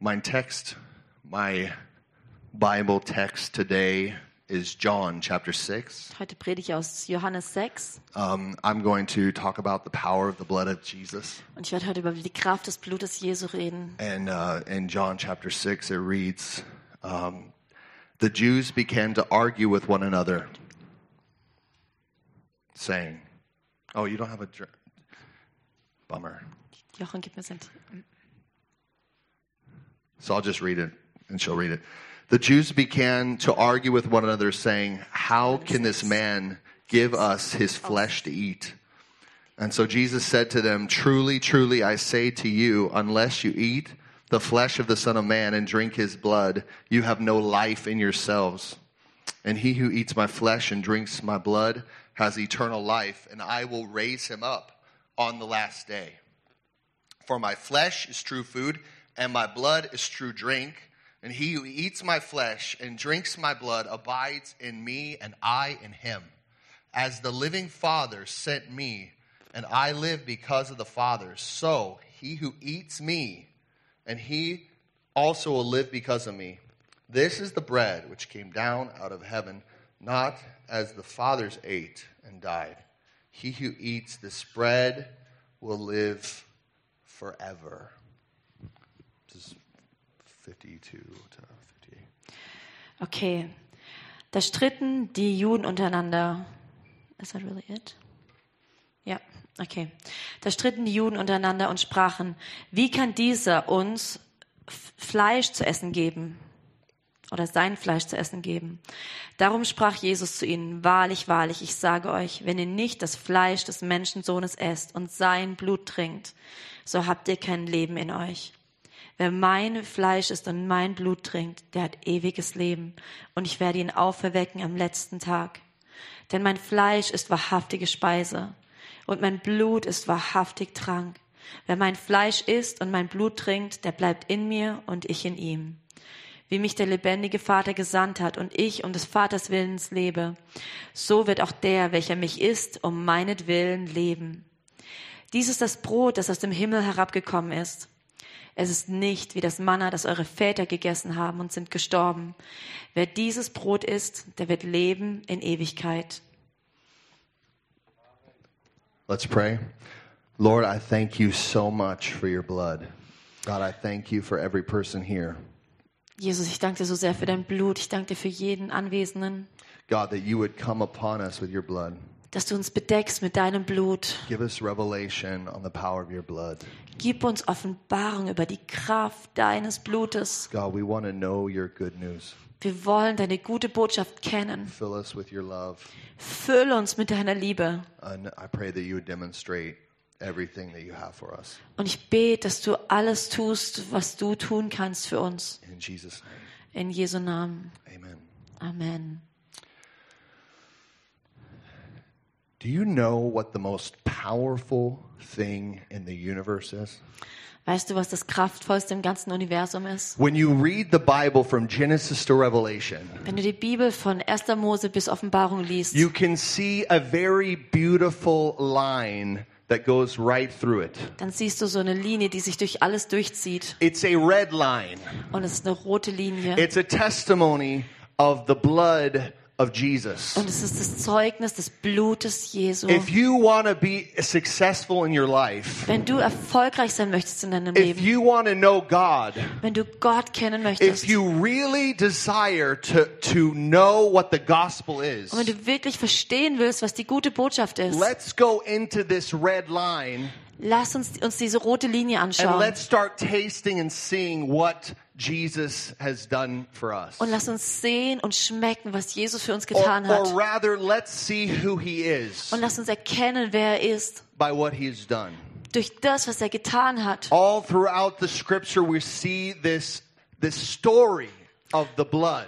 My Bible text today is John chapter 6. Heute predige ich aus Johannes 6. I'm going to talk about the power of the blood of Jesus. Und ich werde heute über die Kraft des Blutes Jesu reden. And in John chapter 6 it reads, the Jews began to argue with one another, saying, oh, you don't have a bummer. Jochen, gib mir sein. So I'll just read it, and she'll read it. The Jews began to argue with one another, saying, how can this man give us his flesh to eat? And so Jesus said to them, truly, truly, I say to you, unless you eat the flesh of the Son of Man and drink his blood, you have no life in yourselves. And he who eats my flesh and drinks my blood has eternal life, and I will raise him up on the last day. For my flesh is true food, and my blood is true drink. And he who eats my flesh and drinks my blood abides in me, and I in him. As the living Father sent me, and I live because of the Father, so he who eats me, and he also will live because of me. This is the bread which came down out of heaven, not as the fathers ate and died. He who eats this bread will live forever. This is 52 to 58. Okay. Da stritten die Juden untereinander. Is that really it? Ja, okay. Da stritten die Juden untereinander und sprachen, wie kann dieser uns Fleisch zu essen geben? Oder sein Fleisch zu essen geben. Darum sprach Jesus zu ihnen, wahrlich, wahrlich, ich sage euch, wenn ihr nicht das Fleisch des Menschensohnes esst und sein Blut trinkt, so habt ihr kein Leben in euch. Wer mein Fleisch isst und mein Blut trinkt, der hat ewiges Leben, und ich werde ihn auferwecken am letzten Tag. Denn mein Fleisch ist wahrhaftige Speise, und mein Blut ist wahrhaftig Trank. Wer mein Fleisch isst und mein Blut trinkt, der bleibt in mir und ich in ihm. Wie mich der lebendige Vater gesandt hat und ich um des Vaters Willens lebe, so wird auch der, welcher mich isst, um meinetwillen leben. Dies ist das Brot, das aus dem Himmel herabgekommen ist. Es ist nicht wie das Manna, das eure Väter gegessen haben und sind gestorben. Wer dieses Brot isst, der wird leben in Ewigkeit. Let's pray. Lord, I thank you so much for your blood. God, I thank you for every person here. Jesus, ich danke dir so sehr für dein Blut. Ich danke dir für jeden Anwesenden. God, that you would come upon us with your blood. Dass du uns bedeckst mit deinem Blut. Give us revelation on the power of your blood. Gib uns Offenbarung über die Kraft deines Blutes. God, we want to know your good news. Wir wollen deine gute Botschaft kennen. Fill us with your love. Füll uns mit deiner Liebe. And I pray that you would demonstrate everything that you have for us. Und ich bete, dass du alles tust, was du tun kannst für uns. In Jesus' name. In Jesu Namen. Amen. Amen. Do you know what the most powerful thing in the universe is? Weißt du, was das Kraftvollste im ganzen Universum ist? When you read the Bible from Genesis to Revelation, Wenn du die Bibel von 1. Mose bis Offenbarung liest, you can see a very beautiful line that goes right through it. dann siehst du so eine Linie, die sich durch alles durchzieht. It's a red line. Und es ist eine rote Linie. It's a testimony of the blood of Jesus. Und es ist das Zeugnis des Blutes Jesu. If you want to be successful in your life, Wenn du erfolgreich sein möchtest in deinem if Leben, you want to know God, wenn du Gott kennen möchtest, if you really desire to know what the gospel is, und wenn du wirklich verstehen willst, was die gute Botschaft ist, let's go into this red line lass uns diese rote Linie and anschauen. let's start tasting and seeing what Jesus has done for us. Und lass uns sehen und schmecken, was Jesus für uns Or, getan hat. or rather, let's see who he is Und lass uns erkennen, wer er ist, by what he has done. durch das, was er getan hat. All throughout the scripture, we see this story of the blood.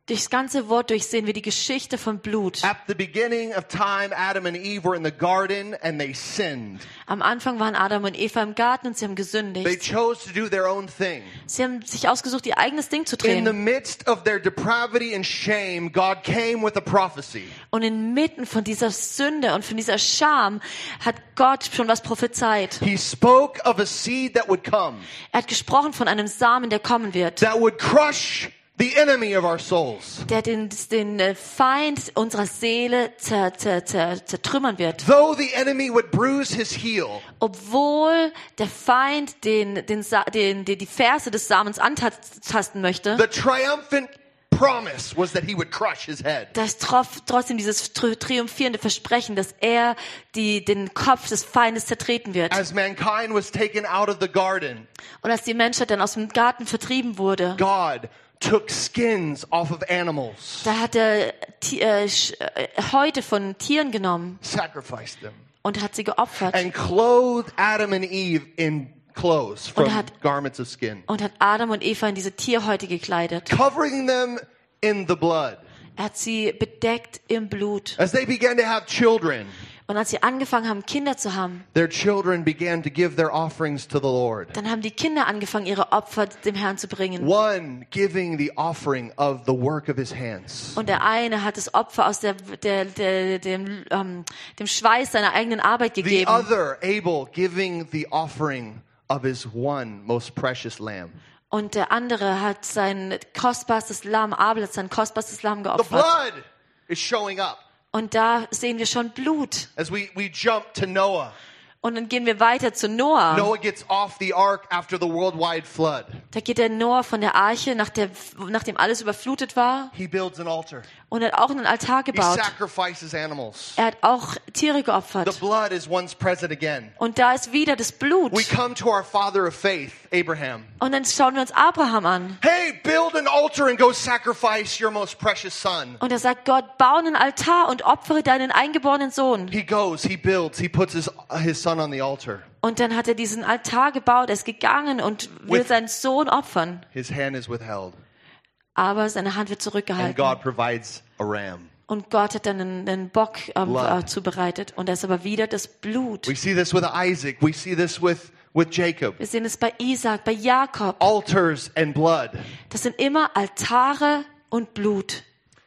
Durchs ganze Wort durch sehen wir die Geschichte von Blut. At the beginning of time, Adam and Eve were in the garden and they sinned. Am Anfang waren Adam und Eva im Garten und sie haben They gesündigt. chose to do their own thing. Sie haben sich ausgesucht, ihr eigenes Ding zu In the drehen. midst of their depravity and shame, God came with a prophecy. Und inmitten von dieser Sünde und von dieser Scham hat Gott schon was prophezeit. He spoke of a seed that would come, Er hat gesprochen von einem Samen, der kommen wird, that would crush the enemy of our souls. der den Feind unserer Seele zertrümmern wird. Though the enemy would bruise his heel, Obwohl der Feind die Ferse des Samens antasten möchte, the triumphant promise was that he would crush his head. das trotzdem dieses triumphierende Versprechen, dass er den Kopf des Feindes zertreten wird. As mankind was taken out of the garden, Und als die Menschheit dann aus dem Garten vertrieben wurde, God took skins off of animals, da hat er Häute von Tieren genommen sacrificed them, und hat sie geopfert and clothed Adam and Eve in clothes from Und hat- garments of skin, und hat Adam und Eva in diese Tierhäute gekleidet. covering them in the blood. Er hat sie bedeckt im Blut. As they began to have children, Und als sie angefangen haben, Kinder zu haben, their children began to give their offerings to the Lord. dann haben die Kinder angefangen, ihre Opfer dem Herrn zu bringen. One giving the offering of the work of his hands. Und der eine hat das Opfer aus dem Schweiß seiner eigenen Arbeit The gegeben. other, Abel, giving the offering of his one most precious lamb. Und der andere hat sein kostbarstes Lamm, Abel hat sein kostbarstes Lamm The geopfert. blood is showing up Und da sehen wir schon Blut. as we jump to Noah. Und dann gehen wir weiter zu Noah. Noah gets off the ark after the worldwide flood. Da geht der Noah von der Arche, nachdem alles überflutet war, He builds an altar. und hat auch einen Altar He gebaut. sacrifices animals. Er hat auch Tiere The geopfert. blood is once present again. Und da ist wieder das Blut. We come to our father of faith, Abraham. Und dann schauen wir uns Abraham an. Hey, build an altar and go sacrifice your most precious son. Und er sagt, Gott, bau einen Altar und opfere deinen eingeborenen Sohn. He goes, he builds, he puts his son on the altar. Und dann hat er diesen Altar gebaut, er ist gegangen und will seinen Sohn opfern. His hand is withheld. Aber seine Hand wird And zurückgehalten. God provides a ram. Und Gott hat dann einen Bock Blood. zubereitet. Und da ist aber wieder das Blut. We see this with Isaac. We see this with Jacob. Wir sehen es bei Isaac, bei Jakob. Altars and blood. Das sind immer Altare und Blut.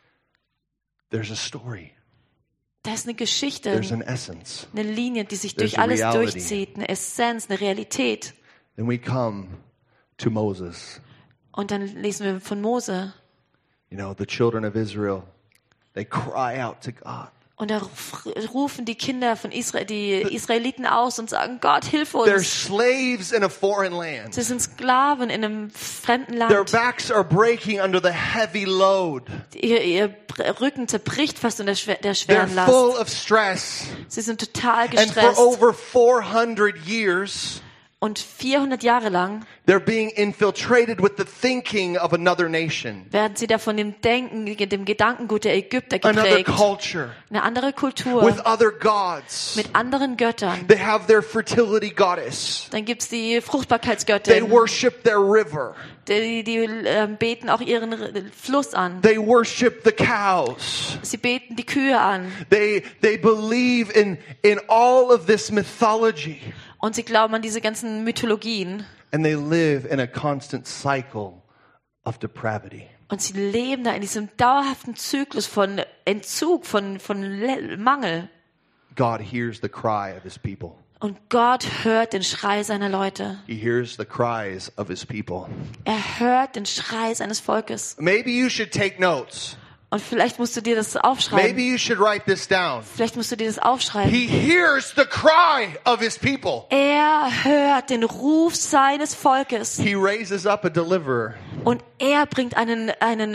There's a story. Da ist eine Geschichte, There's an essence. eine Linie, die sich There's durch a alles reality. durchzieht, eine Essenz, eine Realität. Then we come to Moses. Und dann lesen wir von Mose. You know, the children of Israel, they cry out to God. Und da rufen die Kinder von Israel, die Israeliten aus und sagen, Gott, hilf They're uns. slaves in a foreign land. Sie sind Sklaven in einem fremden Their Land. backs are breaking under the heavy load. Ihr Rücken zerbricht fast unter der They're schweren full Last. of stress. Sie sind total And for gestresst. over 400 years, Und 400 Jahre lang they're being infiltrated with the thinking of another nation, werden sie da von dem Denken, dem Gedankengut der Ägypter another geprägt. culture, Eine andere with Kultur other gods. mit anderen Göttern. They have their fertility goddess. Dann gibt's die They Fruchtbarkeitsgöttin. worship their river. Die beten auch ihren Fluss an. They worship the cows. Sie beten die Kühe an. They believe in all of this mythology. Und sie glauben an diese ganzen Mythologien. And they live in a constant cycle of depravity. Und sie leben da in diesem dauerhaften Zyklus von Entzug, von Mangel. God hears the cry of his people. Und Gott hört den Schrei seiner Leute. He hears the cries of his people. Er hört den Schrei seines Volkes. Maybe you should take notes. Und vielleicht musst du dir das Maybe aufschreiben. you should write this down. Vielleicht musst du dir das aufschreiben. He hears the cry of his people. Er hört den Ruf seines Volkes. He raises up a deliverer. Und er bringt einen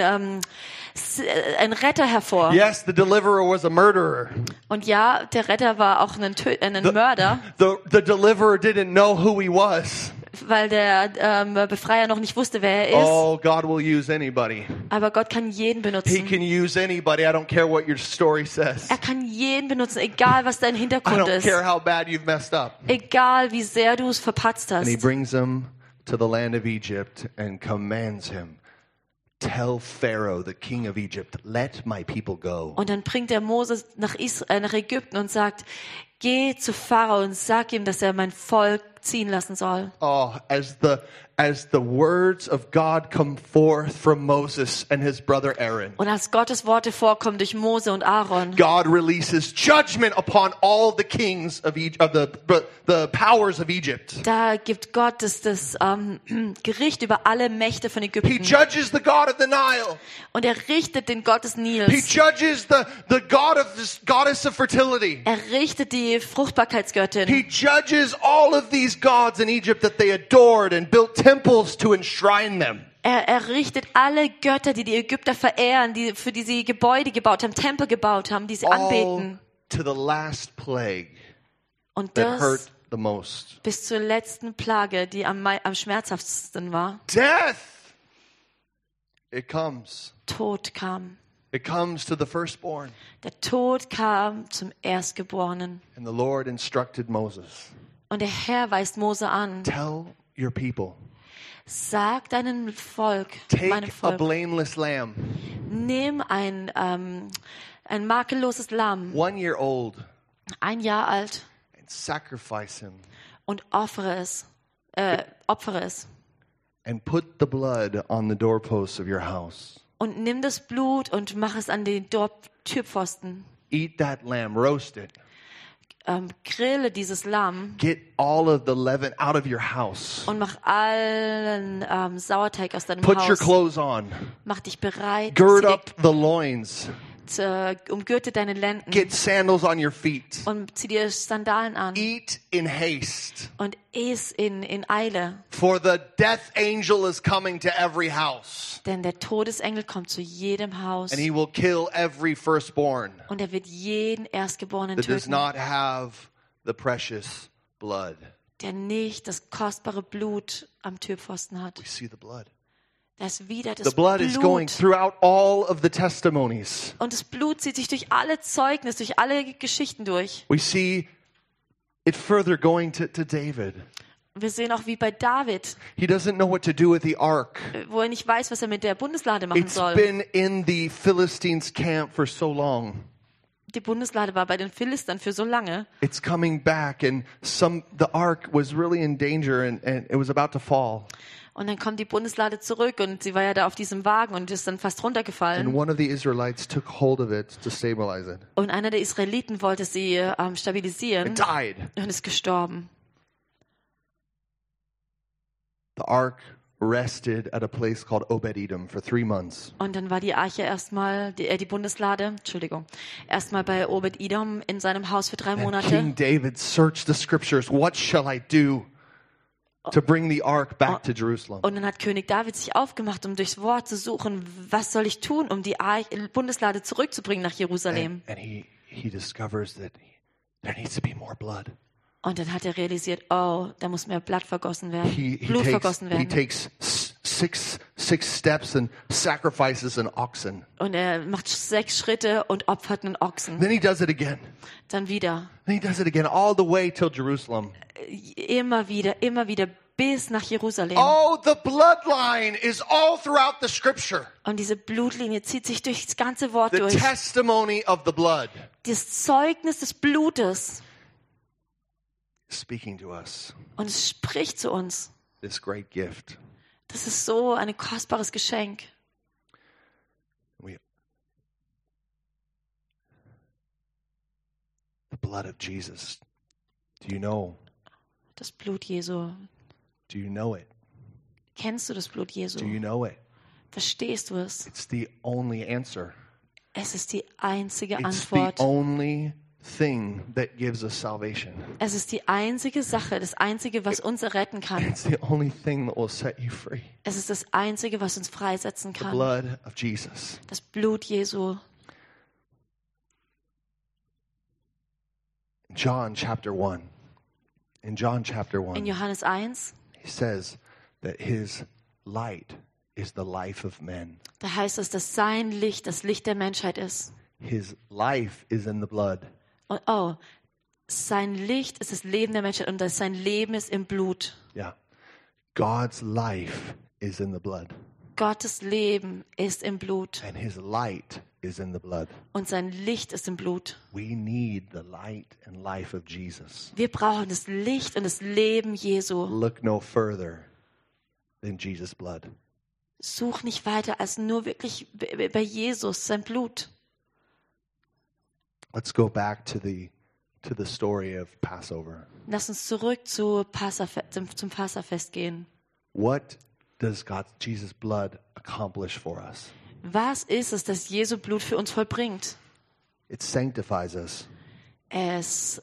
Retter hervor. Yes, the deliverer was a murderer. Und ja, der Retter war auch ein Mörder, The deliverer didn't know who he was. weil der Befreier noch nicht wusste, wer er ist. Oh, God will use anybody. Aber Gott kann jeden He benutzen. can use anybody. I don't care what your story says. Er kann jeden benutzen, egal was dein I Hintergrund don't ist. care how bad you've messed up. Egal wie sehr du es verpatzt And he hast. brings him to the land of Egypt and commands him tell Pharaoh, the king of Egypt, let my people go. Und dann bringt er Mose nach Ägypten und sagt, geh zu Pharao und sag ihm, dass er mein Volk ziehen lassen soll. Oh, as the words of God come forth from Moses and his brother Aaron, Und als Gottes Worte vorkommen durch Mose und Aaron, God releases judgment upon all the kings of Egypt, the powers of Egypt. da gibt Gott das Gericht über alle Mächte von He Ägypten. judges the God of the Nile. Und er richtet den Gott des He Nils. judges the God of this goddess of fertility. Er richtet die Fruchtbarkeitsgöttin. He judges all of these gods in Egypt that they adored and built temples to enshrine them. Er richtet alle Götter, die Ägypter verehren, für die sie Gebäude gebaut haben, Tempel gebaut haben, die sie All anbeten. to the last plague Und that hurt das the most. bis zur letzten Plage, die am schmerzhaftesten war. Death. It comes. Tod kam. It comes to the firstborn. Der Tod kam zum Erstgeborenen. And the Lord instructed Moses, Und der Herr weist Mose an, tell your people, sag deinem Volk, meinem take a Volk, blameless lamb, nimm ein makelloses Lamm, 1 year old, 1 Jahr alt, and sacrifice him, und opfere es. and put the blood on the doorposts of your house. Und nimm das Blut und mach es an den Türpfosten. Eat that lamb, roast it. Grille dieses Lamm Get all of the leaven out of your house. und mach allen Sauerteig aus deinem Put your Haus. clothes on. Mach dich bereit. Gird up the loins. Umgürte deine Lenden Get sandals on your feet. und zieh dir Sandalen an Eat in haste. und iss in Eile. For the death angel is coming to every house. Denn der Todesengel kommt zu jedem Haus And he will kill every firstborn und er wird jeden Erstgeborenen that does töten, not have the precious blood. der nicht das kostbare Blut am Türpfosten hat. We see the blood. Das ist wieder The das blood is going Blut. throughout all of the testimonies. Und das Blut zieht sich durch alle Zeugnisse, durch alle Geschichten durch. We see it further going to David. Wir sehen auch wie bei David, He doesn't know what to do with the ark. wo er nicht weiß, was er mit der Bundeslade machen It's soll. been in the Philistines' camp for so long. Die Bundeslade war bei den Philistern für so lange. It's coming back, and the ark was really in danger, and it was about to fall. Und dann kommt die Bundeslade zurück und sie war ja da auf diesem Wagen und ist dann fast And runtergefallen. one of the Israelites took hold of it to stabilize it. Und einer der Israeliten wollte sie stabilisieren It died. und ist gestorben. The ark rested at a place called Obed-Edom for 3 months. Und dann war die Arche die Bundeslade, erstmal bei Obed-Edom in seinem Haus für 3 And Monate. King David searched the scriptures. What shall I do to bring the ark back to Jerusalem? Und dann hat König David sich aufgemacht, um durchs Wort zu suchen, was soll ich tun, um die Bundeslade zurückzubringen nach Jerusalem. And he discovers that there needs to be more blood. Und dann hat er realisiert, oh, da muss mehr Blut vergossen werden. He Blut vergossen takes werden. six steps and sacrifices an oxen. Und er macht 6 Schritte und opfert einen Ochsen. Then he does it again. Dann wieder. Then he does it again all the way till Jerusalem. Immer wieder bis nach Jerusalem. Oh, the bloodline is all throughout the scripture. Und diese Blutlinie zieht sich durch das ganze Wort The durch. testimony of the blood Das Zeugnis des Blutes. speaking to us. Und es spricht zu uns. This great gift. Das ist so ein kostbares Geschenk. The blood of Jesus. Do you know? Das Blut Jesu. Do you know it? Kennst du das Blut Jesu? Do you know it? Verstehst du es? It's the only answer. Es ist die einzige It's the Antwort. only thing that gives us salvation. Es ist die einzige Sache, das einzige, was uns retten kann. It's the only thing that will set you free. Es ist das einzige, was uns freisetzen The kann. blood of Jesus. Das Blut Jesu. John chapter 1. In John chapter In 1, Johannes 1, he says that his light is the life of men. da heißt es, dass sein Licht das Licht der Menschheit ist. His life is in the blood. Und sein Licht ist das Leben der Menschheit und sein Leben ist im Blut. Yeah. God's life is in the blood. Gottes Leben ist im Blut and his light is in the blood. und sein Licht ist im Blut. We need the light and life of Jesus. Wir brauchen das Licht und das Leben Jesu. Look no further than Jesus' blood. Such nicht weiter als nur wirklich bei Jesus, sein Blut. Let's go back to the story of Passover. Lass uns zurück zum Passafest gehen. What does Jesus' blood accomplish for us? Was ist es, das Jesu Blut für uns vollbringt? It sanctifies us. Es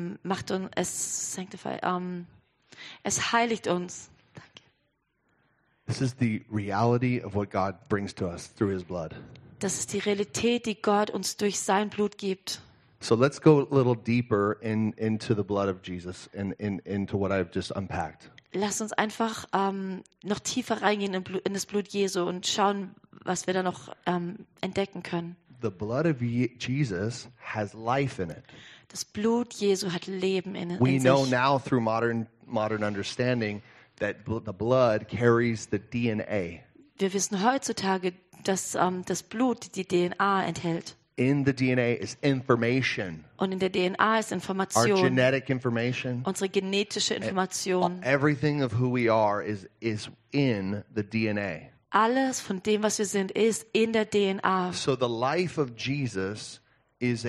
es heiligt uns. Danke. This is the reality of what God brings to us through his blood. Das ist die Realität, die Gott uns durch sein Blut gibt. So let's go a little deeper into the blood of Jesus and into what I've just unpacked. Lass uns einfach noch tiefer reingehen in das Blut Jesu und schauen, was wir da noch entdecken können. The blood of Jesus has life in it. Das Blut Jesu hat Leben in We know sich. now through modern understanding that the blood carries the DNA. Wir wissen heutzutage, dass das Blut die DNA enthält. In the DNA is information. Und in der DNA ist Our Information, genetic information. unsere genetische Information. Everything of who we are is in the DNA. Alles von dem, was wir sind, ist in der DNA. So the life of Jesus is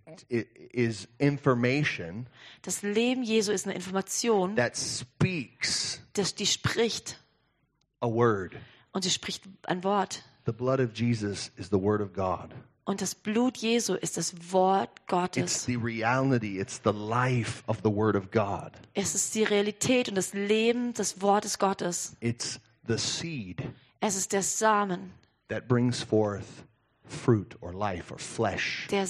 information Das Leben Jesu ist eine Information, that speaks die spricht. a word. Und sie spricht ein Wort. The blood of Jesus is the word of God. Und das Blut Jesu ist das Wort It's Gottes. the reality, it's the life of the word of God. Es ist die Realität und das Leben des Wortes Gottes. It's the seed Es ist der Samen, that brings forth fruit or life or flesh. der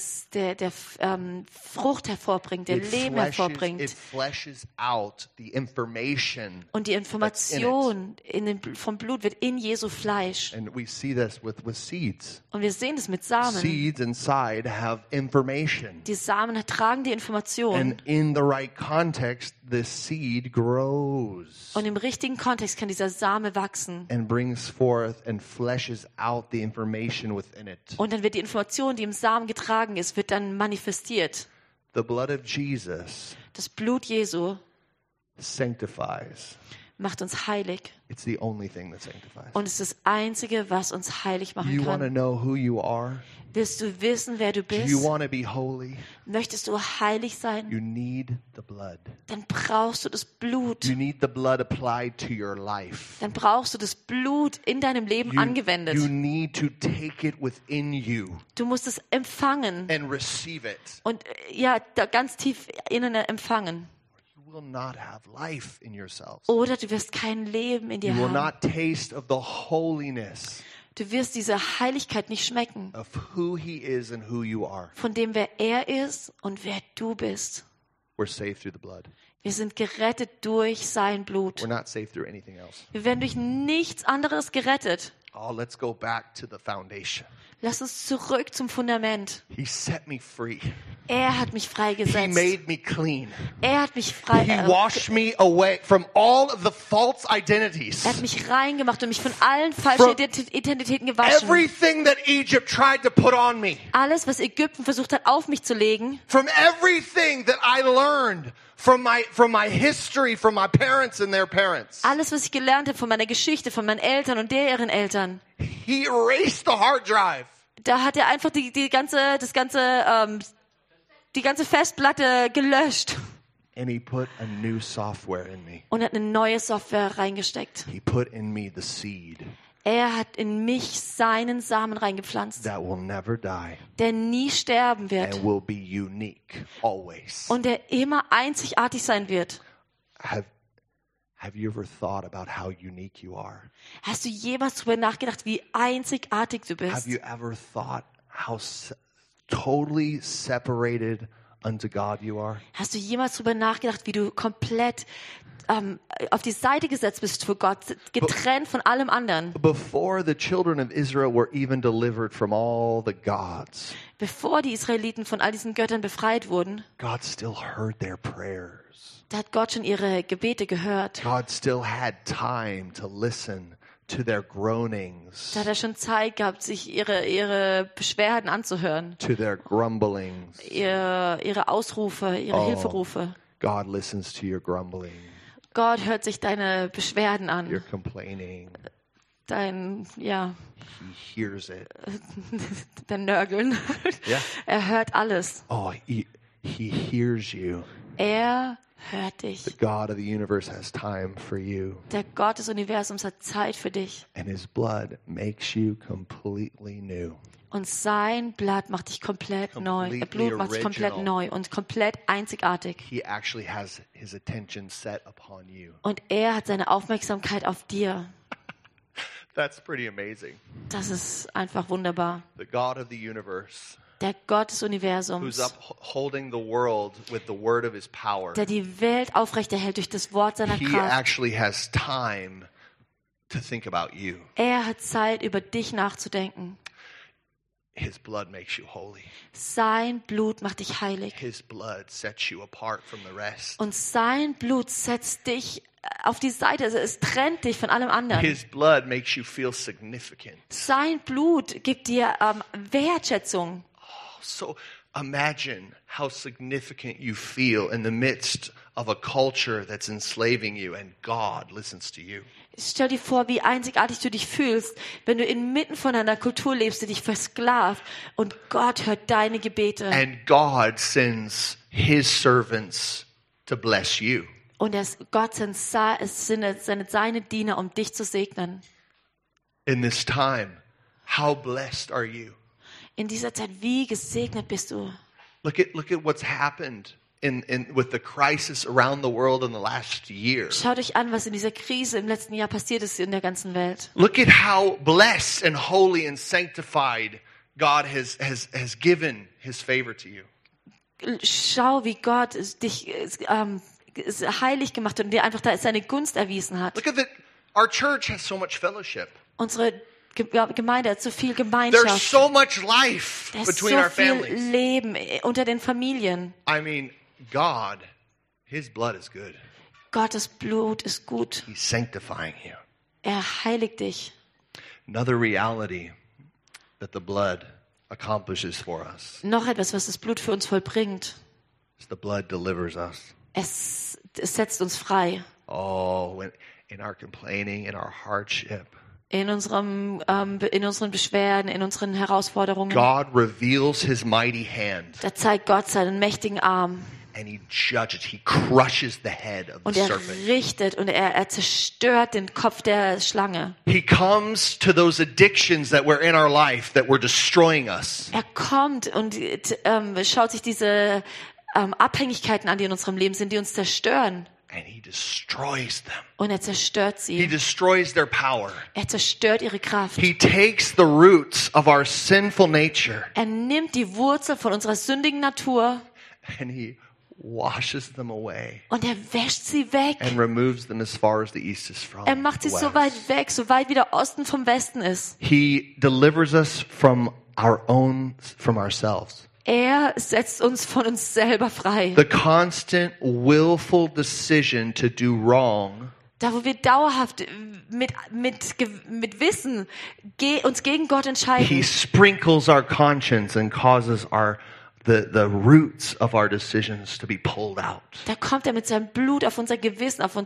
Frucht hervorbringt, der Leben hervorbringt. It fleshes out the information. Und die Information vom Blut wird in Jesu Fleisch. And we see this with seeds. Und wir sehen es mit Samen. Seeds inside have information. Die Samen tragen die Information. And in the right context, the seed grows Und im richtigen Kontext kann dieser Same wachsen. and brings forth and fleshes out the information within it. Und dann wird die Information, die im Samen getragen ist, wird dann manifestiert. The blood of Jesus Das Blut Jesu sanctifies. macht uns heilig. It's the only thing that sanctifies. Und es ist das Einzige, was uns heilig machen You want to kann. know who you are? Willst du wissen, wer du Do you bist? want to be holy? Möchtest du heilig sein? You need the blood. Dann brauchst du das Blut. You need the blood applied to your life. Dann brauchst du das Blut in deinem Leben angewendet. You need to take it within you Du musst es empfangen and receive it. und ja, da ganz tief innen empfangen. You will not have life in yourselves. Oder du wirst kein Leben in dir You will haben. not taste of the holiness Du wirst diese Heiligkeit nicht schmecken, of who he is and who you are. von dem, wer er ist und wer du bist. We're saved through the blood. Wir sind gerettet durch sein Blut. We're not saved through anything else. Wir werden durch nichts anderes gerettet. Oh, let's go back to the foundation. Lass uns zurück zum Fundament. He set me free. Er hat mich He freigesetzt. made me clean. Er hat mich He frei. washed me away from all of the false identities. Er hat mich reingemacht und mich von allen falschen Identitäten gewaschen. Everything that Egypt tried to put on me. Alles, was Ägypten versucht hat, auf mich zu legen. From everything that I learned from my history, from my parents and their parents. Alles, was ich gelernt habe von meiner Geschichte, von meinen Eltern und deren Eltern. He erased the hard drive. Da hat er einfach die ganze Festplatte gelöscht And he put a new software in me. und hat eine neue Software reingesteckt. He put in me the seed Er hat in mich seinen Samen reingepflanzt, that will never die der nie sterben wird and will be unique always. und der immer einzigartig sein wird. Have you ever thought about how unique you are? Hast du jemals darüber nachgedacht, wie einzigartig du Have bist? you ever thought how totally separated unto God you are? Hast du jemals darüber nachgedacht, wie du komplett auf die Seite gesetzt bist für Gott, getrennt von allem anderen? Before the children of Israel were even delivered from all the gods, Bevor die Israeliten von all diesen Göttern befreit wurden, God still heard their prayers. da hat Gott schon ihre Gebete gehört. God still had time to listen to their groanings, Da hat er schon Zeit gehabt, sich ihre Beschwerden anzuhören. to their grumblings. Ihre Ausrufe, ihre Oh. Hilferufe. God listens to your grumbling, Gott hört sich deine Beschwerden your an. complaining. Dein He hears it. dein Nörgeln. Ja. Er hört alles. Oh, he hears you. Er hört dich. The God of the universe has time for you, Der Gott des Universums hat Zeit für dich. and his blood makes you completely new. Und sein Blut macht dich komplett neu. Completely Blut macht dich komplett original. neu und komplett einzigartig. He actually has his attention set upon you. Und er hat seine Aufmerksamkeit auf dir. That's pretty amazing. Das ist einfach wunderbar. The God of the universe, Der Gott des who's Universums, upholding the world with the word of his power. der die Welt aufrechterhält durch das Wort seiner He Kraft. actually has time to think about you. Er hat Zeit, über dich nachzudenken. His blood makes you holy. Sein Blut macht dich heilig. His blood sets you apart from the rest. Und sein Blut setzt dich auf die Seite. Also es trennt dich von allem anderen. His blood makes you feel significant. Sein Blut gibt dir Wertschätzung. So imagine how significant you feel in the midst of a culture that's enslaving you, and God listens to you. Stell dir vor, wie einzigartig du dich fühlst, wenn du inmitten von einer Kultur lebst, die dich versklavt, und Gott hört deine Gebete. And God sends his servants to bless you. Und Gott sendet seine Diener, um dich zu segnen. In this time, how blessed are you? In dieser Zeit, wie gesegnet bist du? Look at what's happened with the crisis around the world in the last year. Schaut euch an, was in dieser Krise im letzten Jahr passiert ist in der ganzen Welt. Look at how blessed and holy and sanctified God has given his favor to you. Schau, wie Gott dich heilig gemacht hat und dir einfach da seine Gunst erwiesen hat. Look at that. Our church has so much fellowship. Unsere Gemeinde hat so viel There's Gemeinschaft. so much life Da ist between so our viel families. Leben unter den Familien. I mean, God, his blood is good. Gottes Blut ist gut. He's sanctifying you. Er heiligt dich. Another reality that the blood accomplishes for us Noch etwas, was das Blut für uns vollbringt. is the blood delivers us. Es setzt uns frei. Oh, in our complaining, in our hardship, In unseren Beschwerden, in unseren Herausforderungen. God reveals his mighty hand Da zeigt Gott seinen mächtigen Arm. and he judges, he crushes the head of Und the er serpent. richtet und er zerstört den Kopf der Schlange. He comes to those addictions that were in our life that were destroying us. Er kommt und schaut sich diese Abhängigkeiten an, die in unserem Leben sind, die uns zerstören. And he destroys them. Und er zerstört He sie. destroys their power. Er zerstört ihre Kraft. He takes the roots of our sinful nature Er nimmt die Wurzel von unserer sündigen Natur and he washes them away und er wäscht sie weg. and removes them as far as the east is from Er macht sie the so west. weit weg, so weit wie der Osten vom Westen ist. He delivers us from ourselves. Er setzt uns von uns selber frei. The constant willful decision to do wrong Da, wo wir dauerhaft mit Wissen uns gegen Gott he entscheiden, sprinkles our conscience and causes the roots of our decisions to be pulled out. da kommt er mit seinem Blut auf unser Gewissen, auf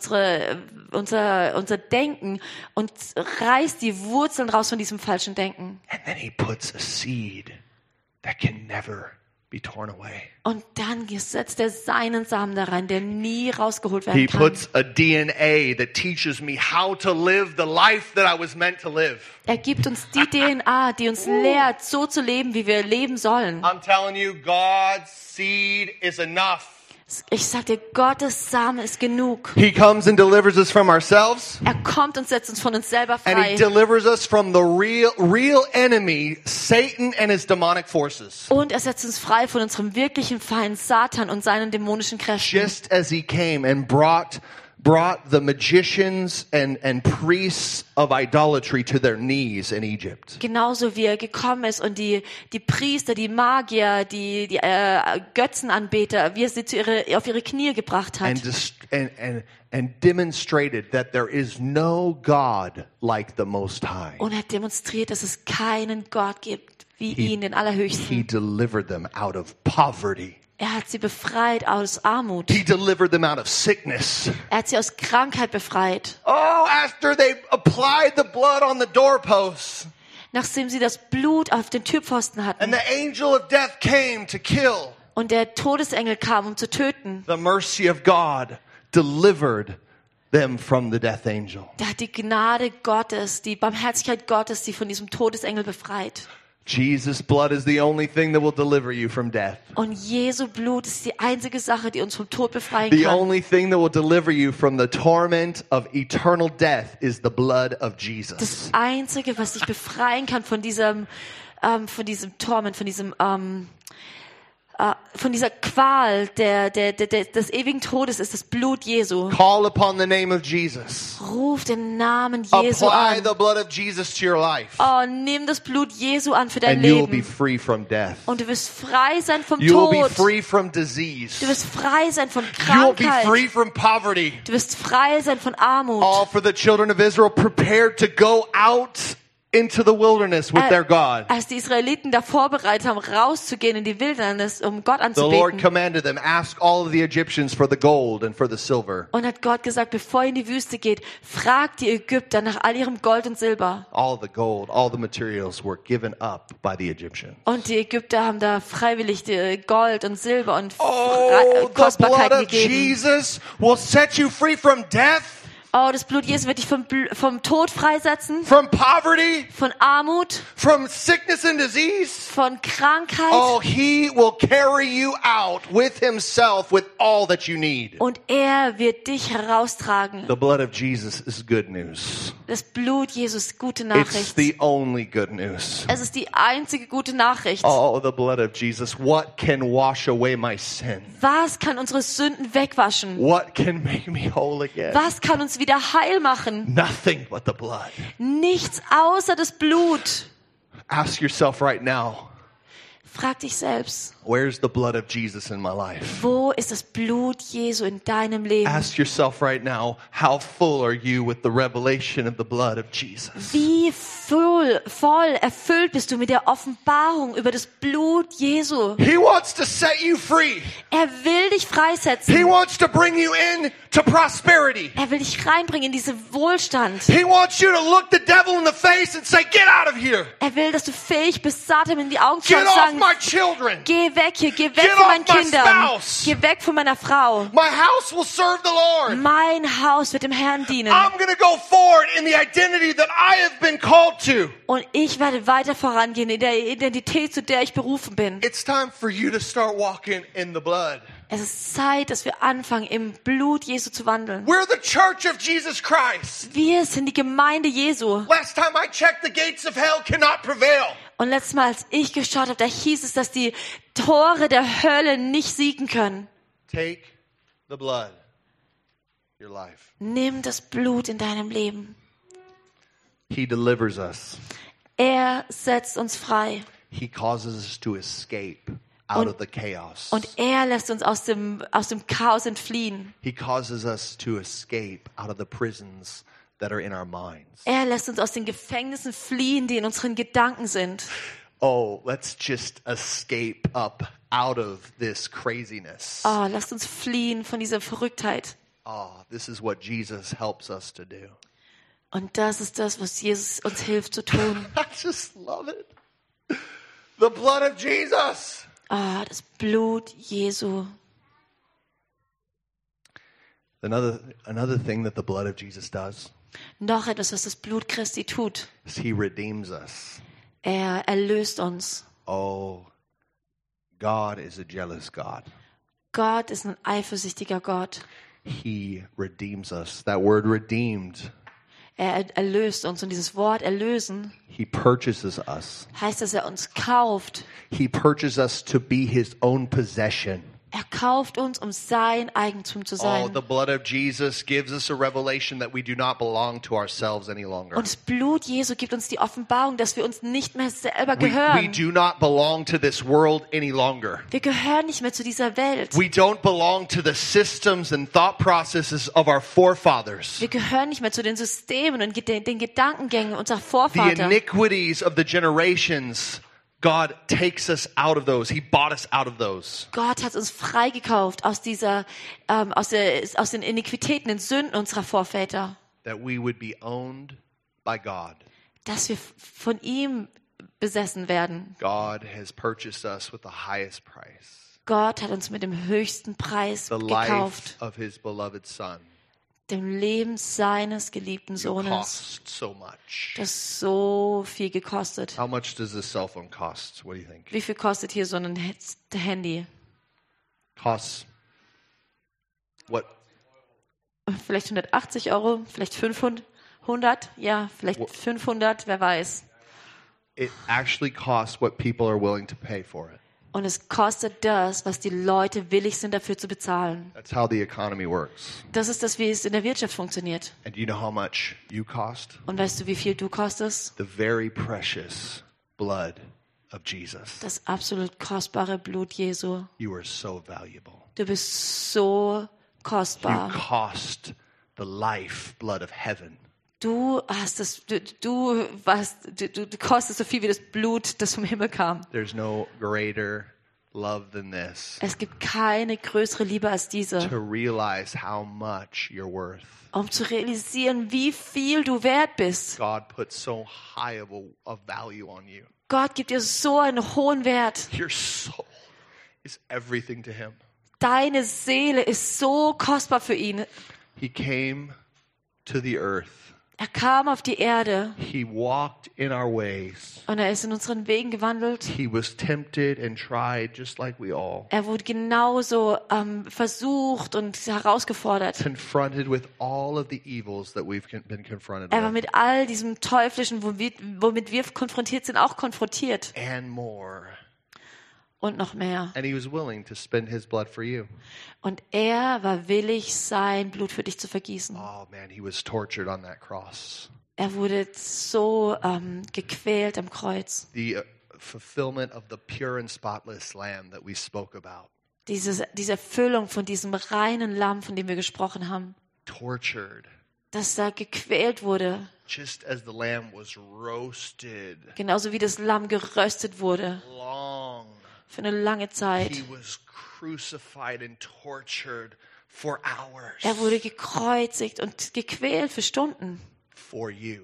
unser Denken und reißt die Wurzeln raus von diesem falschen Denken. And then he puts a seed that can never be torn away. Und dann setzt er seinen Samen da rein, der nie rausgeholt He werden kann. puts a DNA that teaches me how to live the life that I was meant to live. Er gibt uns die DNA, die uns lehrt, so zu leben, wie wir leben sollen. I'm telling you, God's seed is enough. Ich sag dir, Gottes Same ist genug. He comes and delivers us from ourselves, Er kommt und setzt uns von uns selber and he frei. delivers us from the real enemy, Satan and his demonic forces. Und er setzt uns frei von unserem wirklichen Feind Satan und seinen dämonischen Kräften. Just as he came and brought brought the magicians and priests of idolatry to their knees in Egypt. Genauso wie er gekommen ist und die Priester, die Magier, die Götzenanbeter, wie er sie auf ihre Knie gebracht hat. And demonstrated that there is no God like the Most High. Und hat demonstriert, dass es keinen Gott gibt wie ihn, den Allerhöchsten. He delivered them out of poverty. Er hat sie befreit aus Armut. He delivered them out of sickness. Er hat sie aus Krankheit befreit. Oh, after they applied the blood on the doorposts. Nachdem sie das Blut auf den Türpfosten hatten. And the angel of death came to kill. Und der Todesengel kam, um zu töten. The mercy of God delivered them from the death angel. Da hat die Gnade Gottes, die Barmherzigkeit Gottes, sie von diesem Todesengel befreit. Jesus' blood is the only thing that will deliver you from death. Und Jesu Blut ist die einzige Sache, die uns vom Tod befreien The kann. only thing that will deliver you from the torment of eternal death is the blood of Jesus. Das Einzige, was dich befreien kann von diesem Torment, von dieser Qual des ewigen Todes, ist das Blut Jesu. Call upon the name of Jesus. Ruf den Namen Jesu Apply an. the blood of Jesus to your life. Oh, nimm das Blut Jesu an für dein And you will be Leben. free from death. Und du wirst frei sein vom You will be Tod. free from disease. Du wirst frei sein von You will be Krankheit. free from poverty. Du wirst frei sein von Armut. All for the children of Israel prepared to go out into the wilderness with their God. Als die Israeliten da vorbereitet haben, rauszugehen in die Wildnis, um Gott The Lord anzubeten. commanded them, ask all of the Egyptians for the gold and for the silver. Und hat Gott gesagt, bevor ihr in die Wüste geht, fragt die Ägypter nach all ihrem Gold und Silber. All the gold, all the materials were given up by the Egyptians. Und die Ägypter haben da freiwillig die Gold und Silber und Oh, the blood Kostbarkeiten of gegeben. Jesus will set you free from death, Oh, das Blut Jesu wird dich vom Tod freisetzen, from poverty, von Armut, from sickness and disease. von Krankheit. Oh, he will carry you out with himself with all that you need. Und er wird dich heraustragen. The blood of Jesus is good news. Das Blut Jesus, gute It's Nachricht. the only good news. Es ist die einzige gute Nachricht. Oh, the blood of Jesus. What can wash away my sin? Was kann unsere Sünden wegwaschen? What can make me whole again? Was kann uns wieder heil machen? Nothing but the blood. Nichts außer das Blut. Ask yourself right now, Frag dich selbst, where's the blood of Jesus in my life? wo ist das Blut Jesu in deinem Leben? Ask yourself right now, how full are you with the revelation of the blood of Jesus? Wie voll erfüllt bist du mit der Offenbarung über das Blut Jesu? He wants to set you free. Er will dich He freisetzen. wants to bring you in to prosperity. Er will dich reinbringen in diesen Wohlstand. He wants you to look the devil in the face and say, get out of here. Er will, dass du fähig bist, Satan in die Augen zu Get off sagen, my children. geh weg hier, geh weg Get von meinen off my Kindern, spouse. geh weg von meiner Frau. My house will serve the Lord. Mein Haus wird dem Herrn dienen. I'm going to go forward in the identity that I have been called to. Und ich werde weiter vorangehen in der Identität, zu der ich berufen bin. It's time for you to start walking in the blood. Es ist Zeit, dass wir anfangen, im Blut Jesu zu wandeln. We're the church of Jesus Christ. Wir sind die Gemeinde Jesu. Last time I checked, the gates of hell cannot prevail. Und letztes Mal, als ich geschaut habe, da hieß es, dass die Tore der Hölle nicht siegen können. Take the blood, your life. Nimm das Blut in deinem Leben. He delivers us. Er setzt uns frei. He causes us to escape out of the chaos. Und er lässt uns aus dem Chaos entfliehen. He causes us to escape out of the prisons that are in our minds. Er lässt uns aus den Gefängnissen fliehen, die in unseren Gedanken sind. Oh, let's just escape up out of this craziness. Oh, lasst uns fliehen von dieser Verrücktheit. Oh, this is what Jesus helps us to do. Und das ist das, was Jesus uns hilft zu tun. I just love it. The blood of Jesus. Ah, das Blut Jesu. Another thing that the blood of Jesus does Noch etwas, was das Blut Christi tut. is he redeems us. Er erlöst uns. Oh, God is a jealous God. Gott ist ein eifersüchtiger Gott. He redeems us. That word redeemed, Er erlöst uns. Und dieses Wort erlösen he purchases us. heißt, dass er uns kauft. He purchases us to be his own possession. Er kauft uns, um sein Eigentum zu Oh, sein. the blood of Jesus gives us a revelation that we do not belong to ourselves any longer. Und das Blut Jesu gibt uns die Offenbarung, dass wir uns nicht mehr selber We gehören. do not belong to this world any longer. Wir gehören nicht mehr zu dieser Welt. We don't belong to the systems and thought processes of our forefathers. Wir gehören nicht mehr zu den Systemen und den Gedankengängen unserer The Vorväter. iniquities of the generations, God takes us out of those. He bought us out of those. Gott hat uns freigekauft aus aus den Iniquitäten, den Sünden unserer Vorväter, That we would be owned by God. dass wir von ihm besessen werden. God has purchased us with the highest price. Gott hat uns mit dem höchsten Preis The gekauft, life of his beloved son. dem Leben seines geliebten It Sohnes, cost so much. das so viel gekostet. How much does this cell phone cost? What do you think? Wie viel kostet hier so ein Handy? Costs what? Vielleicht 180 Euro, vielleicht 500, ja, vielleicht 500, wer weiß. It actually costs what people are willing to pay for it. Und es kostet das, was die Leute willig sind, dafür zu bezahlen. That's how the economy works. Das ist das, wie es in der Wirtschaft funktioniert. And do you know how much you cost? Und weißt du, wie viel du kostest? The very precious blood of Jesus. Das absolut kostbare Blut Jesu. You are so valuable. Du bist so You kostbar. cost the life blood of heaven. Du kostest so viel wie das Blut, das vom Himmel kam. There's no greater love than this. Es gibt keine größere Liebe als diese, To realize how much you're worth. um zu realisieren, wie viel du wert bist. God put so high of value on you. Gott gibt dir so einen hohen Wert. Your soul is everything to him. Deine Seele ist so kostbar für ihn. He came to the earth. Er kam auf die Erde He walked in our ways. und er ist in unseren Wegen gewandelt. He was tempted and tried just like we all. Er wurde genauso versucht und herausgefordert. Confronted with all of the evils that we've been confronted Er war with. mit all diesem Teuflischen, womit wir konfrontiert sind, auch konfrontiert. And more. Und noch mehr. And he was willing to spend his blood for you. Und er war willig, sein Blut für dich zu vergießen. Oh man, he was tortured on that cross. Er wurde so gequält am Kreuz. The fulfillment of the pure and spotless lamb that we spoke about. Diese Erfüllung von diesem reinen Lamm, von dem wir gesprochen haben. Tortured. Das da gequält wurde. Just as the lamb was roasted Genauso wie das Lamm geröstet wurde. long. Für eine lange Zeit. He was crucified and tortured for hours. Er wurde gekreuzigt und gequält für Stunden. For you.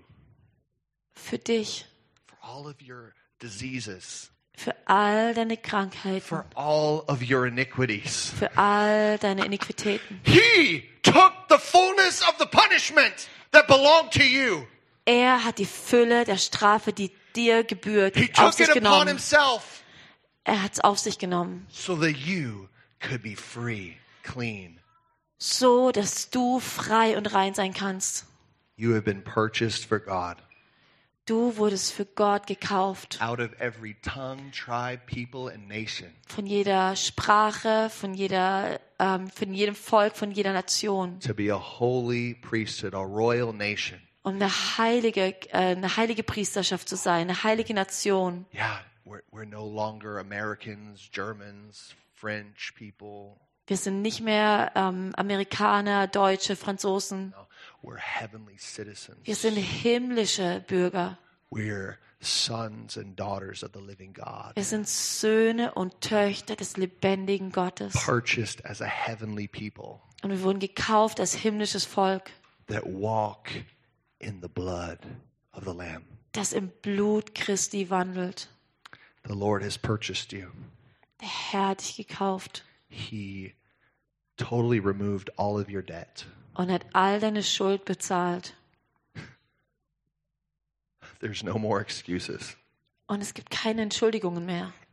Für dich. For all of your diseases. Für all deine Krankheiten. For all of your iniquities. Für all deine Iniquitäten. He took the fullness of the punishment that belonged to you. Er hat die Fülle der Strafe, die dir gebührt, He auf took sich it upon genommen. himself Er hat es auf sich genommen. so that you could be free, clean. So, dass du frei und rein sein kannst. You have been purchased for God. Du wurdest für Gott gekauft. Out of every tongue, tribe, people, and nation. Von jeder Sprache, von jedem Volk, von jeder Nation. To be a holy priesthood, a royal nation. Um eine heilige Priesterschaft zu sein, eine heilige Nation. Yeah, we're no longer Americans, Germans, French people. Wir sind nicht mehr Amerikaner, Deutsche, Franzosen. No, we're heavenly citizens. Wir sind himmlische Bürger. We're sons and daughters of the living God. Wir sind Söhne und Töchter des lebendigen Gottes. Purchased as a heavenly people Und wir wurden gekauft als himmlisches Volk, that walk in the blood of the Lamb. das im Blut Christi wandelt. The Lord has purchased you. Der Herr hat dich gekauft He totally removed all of your debt. und hat all deine Schuld bezahlt. There's no more excuses. Und es gibt keine Entschuldigungen mehr.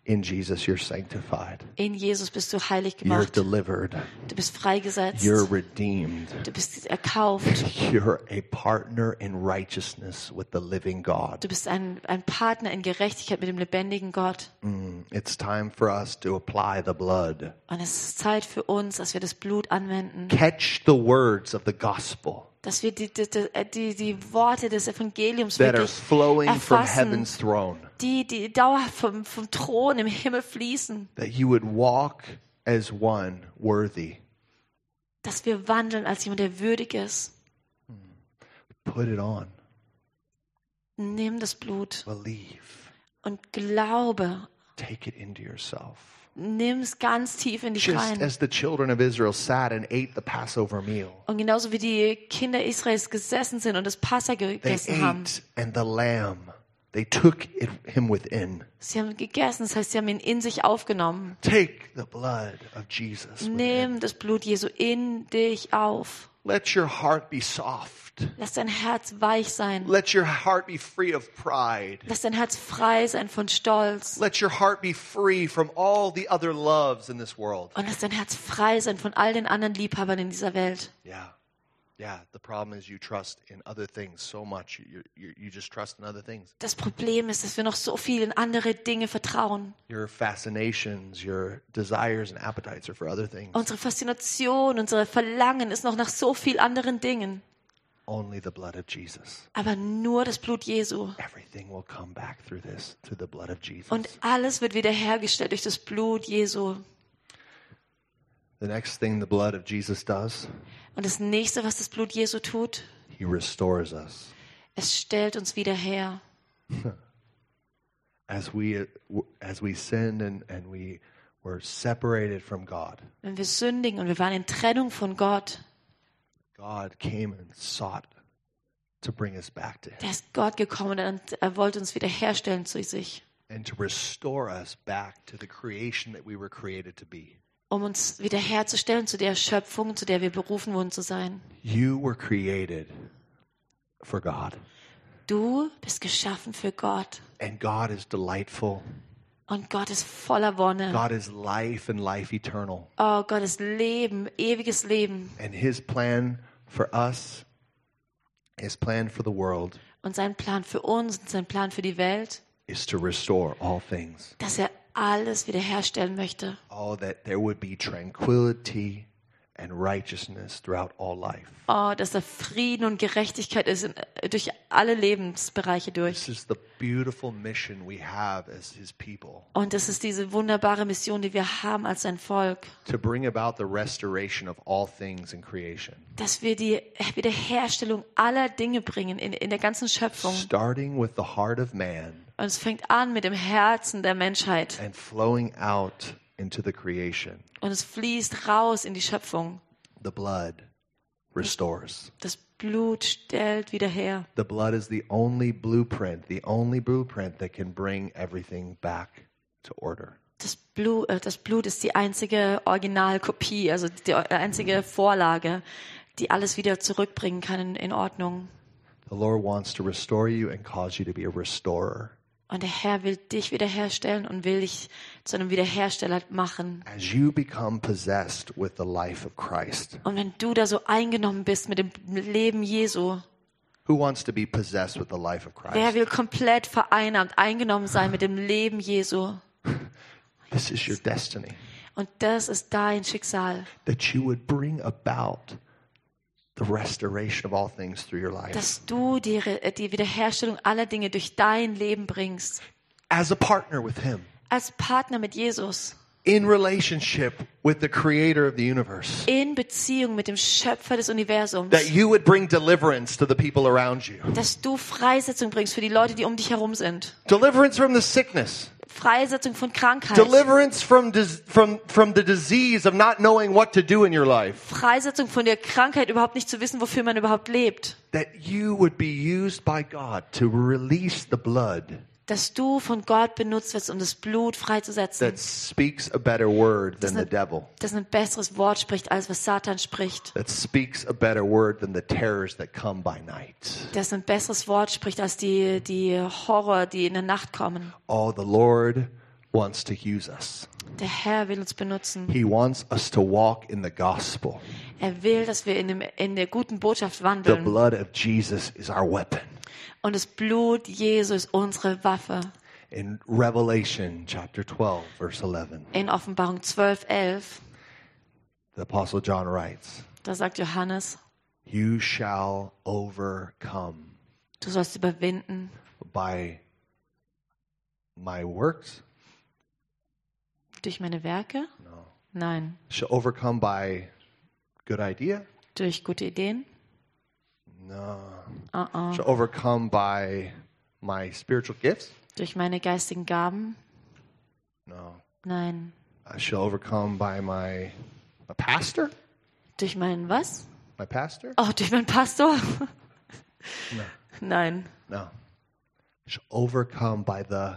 In Jesus, you're sanctified. In Jesus bist du heilig You're gemacht. delivered. Du bist freigesetzt. You're redeemed. Du bist erkauft. You're a partner in righteousness with the living God. Du bist ein Partner in Gerechtigkeit mit dem lebendigen Gott. It's time for us to apply the blood. Und es ist Zeit für uns, dass wir das Blut anwenden. Catch the words of the gospel Dass wir die Worte des Evangeliums that are wirklich flowing from erfassen, heaven's throne. die dauerhaft vom Thron im Himmel fließen. That you would walk as one worthy. Dass wir wandeln als jemand, der würdig ist. Put it on. Nimm das Blut Believe. und glaube. Take it into yourself. Nimm es ganz tief in dich Just rein. as the children of Israel sat and ate the Passover meal. Und genauso wie die Kinder Israels gesessen sind und das Passa They gegessen haben. ate and the lamb, they took him within. Sie haben gegessen, das heißt, sie haben ihn in sich aufgenommen. Take the blood of Jesus within. Nimm das Blut Jesu in dich auf. Let your heart be soft. Lass dein Herz weich sein. Let your heart be free of pride. Lass dein Herz frei sein von Stolz. Let your heart be free from all the other loves in this world. Und lass dein Herz frei sein von all den anderen Liebhabern in dieser Welt. Yeah, the problem is you trust in other things so much. You just trust in other things. Das Problem ist, dass wir noch so viel in andere Dinge vertrauen. Your fascinations, your desires and appetites are for other things. Unsere Faszination, unsere Verlangen ist noch nach so viel anderen Dingen. Only the blood of Jesus. Aber nur das Blut Jesu. Everything will come back through the blood of Jesus. Und alles wird wiederhergestellt durch das Blut Jesu. The next thing the blood of Jesus does, Und das nächste, was das Blut Jesu tut, he restores us. es stellt uns wieder her. As we sinned and we were separated from God, Wenn wir sündigen und wir waren in Trennung von Gott, God came and sought to bring us back to Him da ist Gott gekommen und er wollte uns wiederherstellen zu sich, and to restore us back to the creation that we were created to be. um uns wiederherzustellen zu der Schöpfung, zu der wir berufen wurden zu sein. You were created for God, Du bist geschaffen für Gott and God is delightful. und Gott ist voller Wonne. God is life and life eternal. Oh, Gott ist Leben, ewiges Leben. And His plan for us, His plan for the world, Und sein Plan für uns und sein Plan für die Welt, is to restore all things. dass er alles wiederherstellen möchte. Oh, that there would be tranquility and righteousness throughout all life. Oh, dass da Frieden und Gerechtigkeit ist durch alle Lebensbereiche durch. This is the beautiful mission we have as His people, Und das ist diese wunderbare Mission, die wir haben als sein Volk, to bring about the restoration of all things in creation, dass wir die Wiederherstellung aller Dinge bringen in der ganzen Schöpfung. starting with the heart of man Und es fängt an mit dem Herzen der Menschheit and flowing out into the creation. und es fließt raus in die Schöpfung. The blood restores. Das Blut stellt wieder her. The blood is the only blueprint that can bring everything back to order. Das Blut ist die einzige Originalkopie, also die einzige Vorlage, die alles wieder zurückbringen kann in Ordnung. The Lord wants to restore you and cause you to be a restorer. Und der Herr will dich wiederherstellen und will dich zu einem Wiederhersteller machen. As you become possessed with the life of Christ. Und wenn du da so eingenommen bist mit dem Leben Jesu, Who wants to be possessed with the life of wer Christ? will komplett vereinnahmt, eingenommen sein mit dem Leben Jesu? This is your destiny. Und das ist dein Schicksal, That you would bring about the restoration of all things through your life. dass du die Wiederherstellung aller Dinge durch dein Leben bringst. As a partner with Him. Als Partner mit Jesus. In relationship with the creator of the universe. In Beziehung mit dem Schöpfer des Universums. That you would bring deliverance to the people around you. Dass du Freisetzung bringst für die Leute, die um dich herum sind. Deliverance from the sickness. Freisetzung von Krankheit. Deliverance from the disease of not knowing what to do in your life. Freisetzung von der Krankheit, überhaupt nicht zu wissen, wofür man überhaupt lebt. That you would be used by God to release the blood Dass du von Gott benutzt wirst, um das Blut freizusetzen. that speaks a better word than the devil. Das ein besseres Wort spricht, als was Satan spricht. That speaks a better word than the terrors that come by night. Das ein besseres Wort spricht, als die Horror, die in der Nacht kommen. Oh, the Lord wants to use us. Der Herr will uns benutzen. He wants us to walk in the gospel. Er will, dass wir in der guten Botschaft The wandeln. blood of Jesus is our weapon. Und das Blut Jesu ist unsere Waffe. In Revelation chapter 12, verse 11, In Offenbarung 12,11, the Apostle John writes, da sagt Johannes, "You shall overcome du sollst überwinden by my works." durch meine Werke? No. Nein. Shall overcome by good idea? Durch gute Ideen? No. Uh-uh. Shall overcome by my spiritual gifts? Durch meine geistigen Gaben? No. Nein. I shall overcome by my pastor? Durch meinen was? My pastor? Oh, durch meinen Pastor? No. Nein. No. Shall overcome by the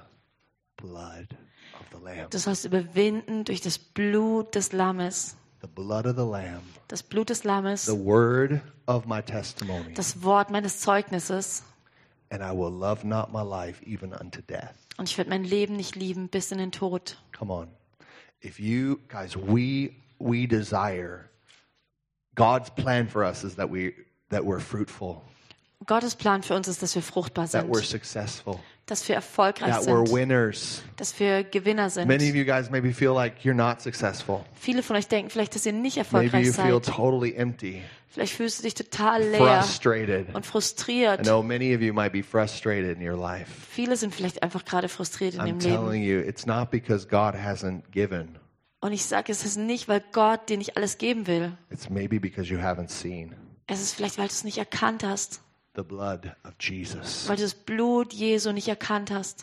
blood of the Lamb. Du sollst überwinden durch das Blut des Lammes. The blood of the Lamb. Das Blut des Lammes. The word of my testimony. Das Wort meines Zeugnisses. And I will love not my life even unto death. Und ich werde mein Leben nicht lieben bis in den Tod. Come on. If you guys, we desire, God's plan for us is that we're fruitful, Gottes Plan für uns ist, dass wir fruchtbar that we're sind, successful, dass wir erfolgreich that we're sind, winners. dass wir Gewinner sind. Many of you guys maybe feel like you're not successful. Viele von euch denken vielleicht, dass ihr nicht Maybe erfolgreich you feel seid. totally empty, Vielleicht fühlst du dich total leer frustrated. und I frustriert. know many of you might be frustrated in your life. Viele sind vielleicht einfach gerade frustriert in I'm dem Leben. telling you, it's not because God hasn't given. Und ich sage, es ist nicht, weil Gott dir nicht alles geben will. It's maybe because you haven't seen Es ist vielleicht, weil du es nicht erkannt hast. the blood of Jesus, Weil du das Blut Jesu nicht erkannt hast.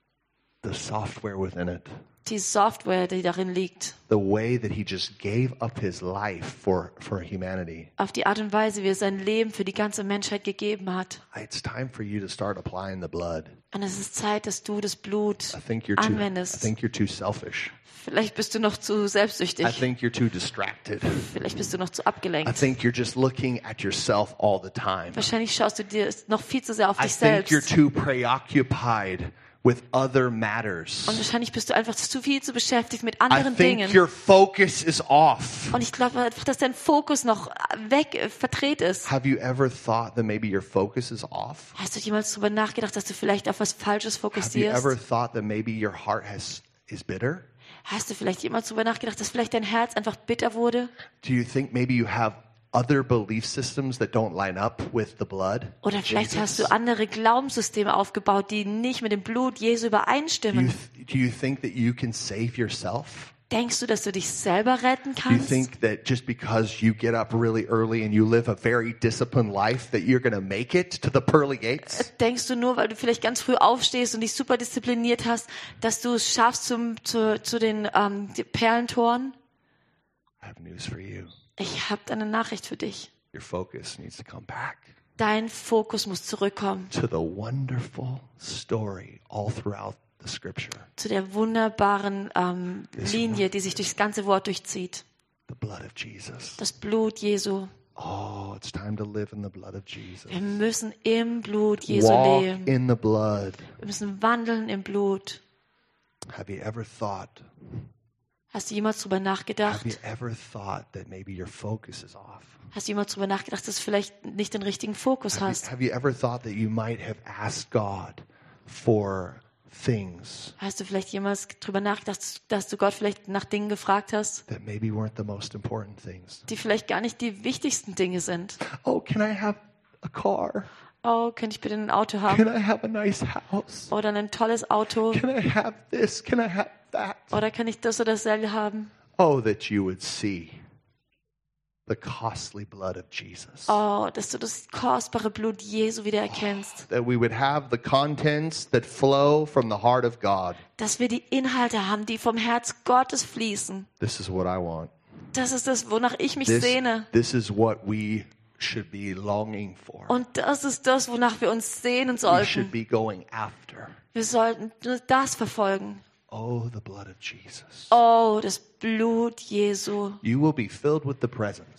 the software within it. Die Software, die darin liegt. The way that he just gave up his life for humanity. Auf die Art und Weise, wie er sein Leben für die ganze Menschheit gegeben hat. It's time for you to start applying the blood. Und es ist Zeit, dass du das Blut I think you're anwendest. too selfish. Vielleicht bist du noch zu I selbstsüchtig. think you're too distracted. Vielleicht bist du noch zu I abgelenkt. think you're just looking at yourself all the time. Wahrscheinlich schaust du dir noch viel zu sehr auf I dich think you're selbst. too preoccupied with other matters. Und wahrscheinlich bist du einfach zu viel zu beschäftigt mit I anderen think Dingen. your focus is off. Und ich glaube einfach, dass dein Fokus noch verdreht ist. Have you ever thought that maybe your focus is off? Hast du jemals darüber nachgedacht, dass du vielleicht auf was Falsches Have you fokussierst? ever thought that maybe your heart is bitter? Hast du vielleicht jemals darüber nachgedacht, dass vielleicht dein Herz einfach bitter wurde? Do you think maybe you have other belief systems that don't line up with the blood? Oder vielleicht Jesus? hast du andere Glaubenssysteme aufgebaut, die nicht mit dem Blut Jesu übereinstimmen. Do you think that you can save yourself? Denkst du, dass du dich selber retten Do you kannst? think that just because you get up really early and you live a very disciplined life that you're going to make it to the pearly gates? Denkst du nur, weil du vielleicht ganz früh aufstehst und dich super diszipliniert hast, dass du es schaffst zu den Perlentoren? I have news for you. Ich habe eine Nachricht für dich. Your focus needs to come back Dein Fokus muss zurückkommen to the wonderful story all throughout the scripture. zu der wunderbaren Linie, die sich durchs ganze Wort durchzieht. The blood of Jesus. Das Blut Jesu. Oh, it's time to live in the blood of Jesus. Wir müssen im Blut Jesu Walk leben. in the blood. Wir müssen wandeln im Blut. Have you ever thought Hast du jemals darüber nachgedacht? Have you ever thought that maybe your focus is off? Hast du jemals darüber nachgedacht, dass du vielleicht nicht den richtigen Fokus hast? Have you ever thought that you might have asked God for things Hast du vielleicht jemals darüber nachgedacht, dass du Gott vielleicht nach Dingen gefragt hast, that maybe weren't the most important things? die vielleicht gar nicht die wichtigsten Dinge sind? Oh, can I have a car? Oh, könnte ich bitte ein Auto Can haben? I have a nice house? Oder ein tolles Auto? Can I have this? Can I have that? Oder kann ich das oder dasselbe haben? Oh, that you would see the costly blood of Jesus. Oh, dass du das kostbare Blut Jesu wieder erkennst. That we would have the contents that flow from the heart of God. Dass wir die Inhalte haben, die vom Herz Gottes fließen. This is what I want. Das ist das, wonach ich mich This sehne. is what we should be longing for. Und das ist das, wonach wir uns sehnen We should sollten. be going after. Wir sollten nur das verfolgen. Oh, the blood of Jesus. Oh, das Blut Jesu. You will be filled with the presence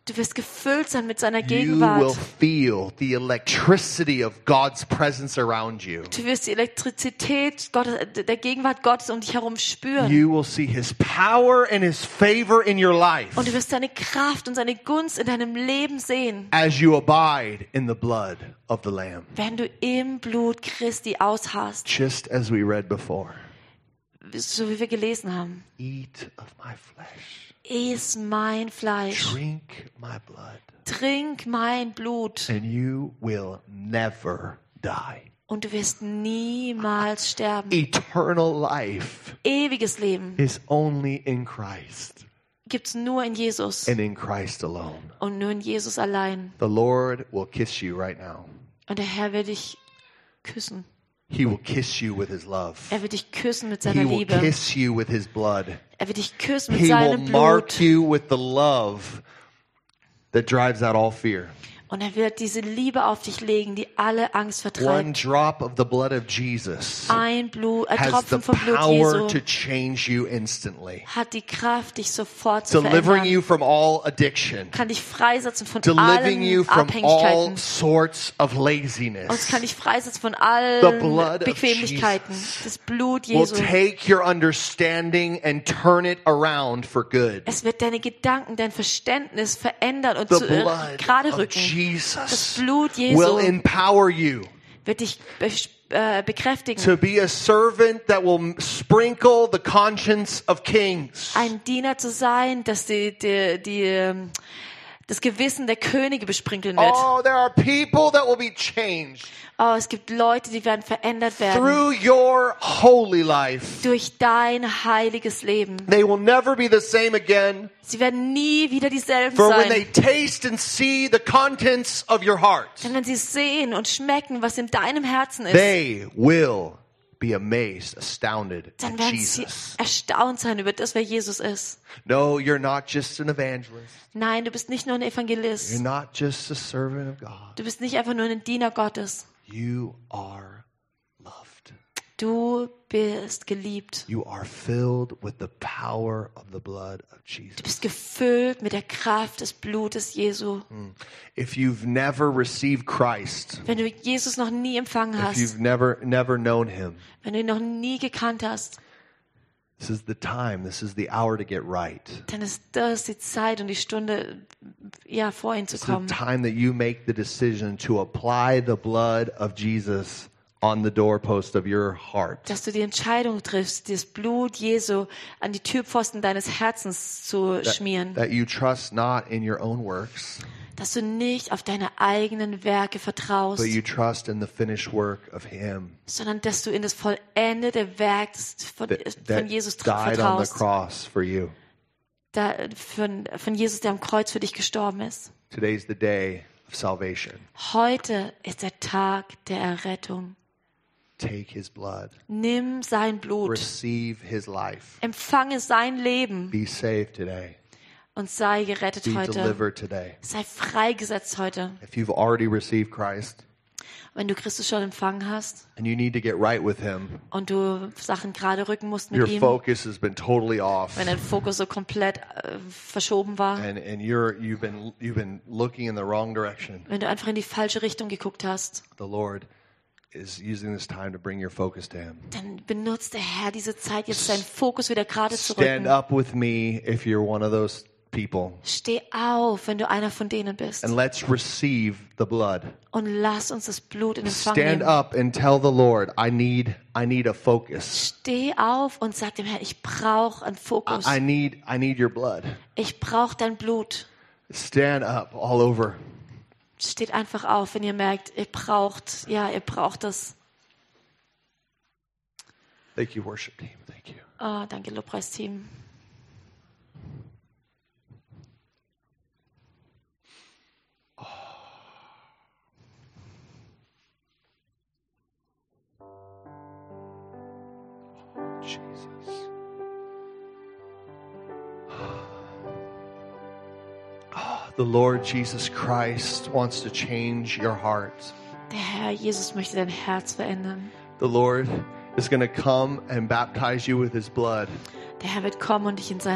Du wirst gefüllt sein mit seiner You will Gegenwart. feel the electricity of God's presence around you. Du wirst die Elektrizität der Gegenwart Gottes um dich herum spüren. You will see His power and His favor in your life Und du wirst seine Kraft und seine Gunst in deinem Leben sehen, as you abide in the blood of the Lamb. wenn du im Blut Christi ausharrst, Just as we read before. so wie wir gelesen haben. Eat of my flesh. Iss mein Fleisch, Drink my blood. trink mein Blut And you will never die. und du wirst niemals sterben. Eternal life Ewiges Leben is only in Christ gibt's nur in Jesus and in Christ alone. und nur in Jesus allein. The Lord will kiss you right now. Und der Herr wird dich küssen. He will kiss you with His love. Er wird dich küssen mit seiner He will Liebe. kiss you with His blood. Er wird dich küssen mit He will seinem mark Blut. you with the love that drives out all fear. Und er wird diese Liebe auf dich legen, die alle Angst One vertreibt. drop of the blood of Jesus Ein has the Tropfen vom Blut power to Jesu change you instantly. hat die Kraft, dich sofort zu Delivering verändern. you from all addiction. Kann dich freisetzen von Delivering you allen from all Abhängigkeiten. sorts of Und es laziness. kann dich freisetzen von The allen blood of Bequemlichkeiten. Jesus Das Blut Will Jesu. take your understanding and turn it around for good. Es wird deine Gedanken, dein Verständnis verändern und The zu blood gerade of rücken. Das Jesus Blut will Jesu empower you wird dich bekräftigen. to be a servant that will sprinkle the conscience of kings. Ein Diener zu sein, dass das Gewissen der Könige besprinkeln wird. Oh, there are people that will be changed Oh, es gibt Leute, die werden verändert werden through your holy life. durch dein heiliges Leben. They will never be the same again. Sie werden nie wieder dieselben For when they sein. taste and see the contents of your heart, Denn wenn sie sehen und schmecken, was in deinem Herzen ist, they will be amazed, astounded dann at werden sie Jesus. erstaunt sein über das, wer Jesus ist. No, you're not just an evangelist. Nein, du bist nicht nur ein You're Evangelist. not just a servant of God. Du bist nicht einfach nur ein Diener Gottes. You are loved. Du bist geliebt. You are filled with the power of the blood of Du Jesus. bist gefüllt mit der Kraft des Blutes Jesu. If you've never received Christ, Wenn du Jesus noch nie empfangen if hast, you've never known Him, wenn du ihn noch nie gekannt hast, this is the time, this is the hour to get right. dann ist das die Zeit und die Stunde, ja, vor ihn zu It's the kommen. time that you make the decision to apply the blood of Jesus on the doorpost of your heart. Dass du die Entscheidung triffst, das Blut Jesu an die Türpfosten deines Herzens zu schmieren. That you trust not in your own works, Dass du nicht auf deine eigenen Werke vertraust, but you trust in the finished work of Him sondern dass du in das vollendete Werk von that Jesus died on the vertraust. cross for you. Von Jesus, der am Kreuz für dich gestorben ist. Today's the day of salvation. Heute ist der Tag der Errettung. Take His blood. Nimm sein Blut, Receive His life. empfange sein Leben Be saved today. und sei gerettet Be heute. delivered today. Sei freigesetzt heute. If you've already received Christ Wenn du Christus schon empfangen hast and you need to get right with Him, und du Sachen gerade rücken musst mit your ihm, focus has been totally off. wenn dein Fokus so komplett verschoben war, And you've been looking in the wrong direction. wenn du einfach in die falsche Richtung geguckt hast, The Lord is using this time to bring your focus to Him. dann benutzt der Herr diese Zeit, jetzt deinen Fokus wieder gerade zu Stand rücken. up with me if you're one of those people. Steh auf, wenn du einer von denen bist. And let's receive the blood. Und lass uns das Blut in Empfang Stand nehmen. up and tell the Lord, I need a focus. Steh auf und sag dem Herrn, ich brauche einen Fokus. I need your blood. Ich brauche dein Blut. Stand up all over. Steht einfach auf, wenn ihr merkt, ihr braucht das. Thank you, worship team. Thank you. Oh, danke, Lobpreisteam. Jesus. The Lord Jesus Christ wants to change your heart. Der Herr Jesus möchte dein Herz verändern. The Lord is going to come and baptize you with His blood. Der Herr wird kommen und dich in seinem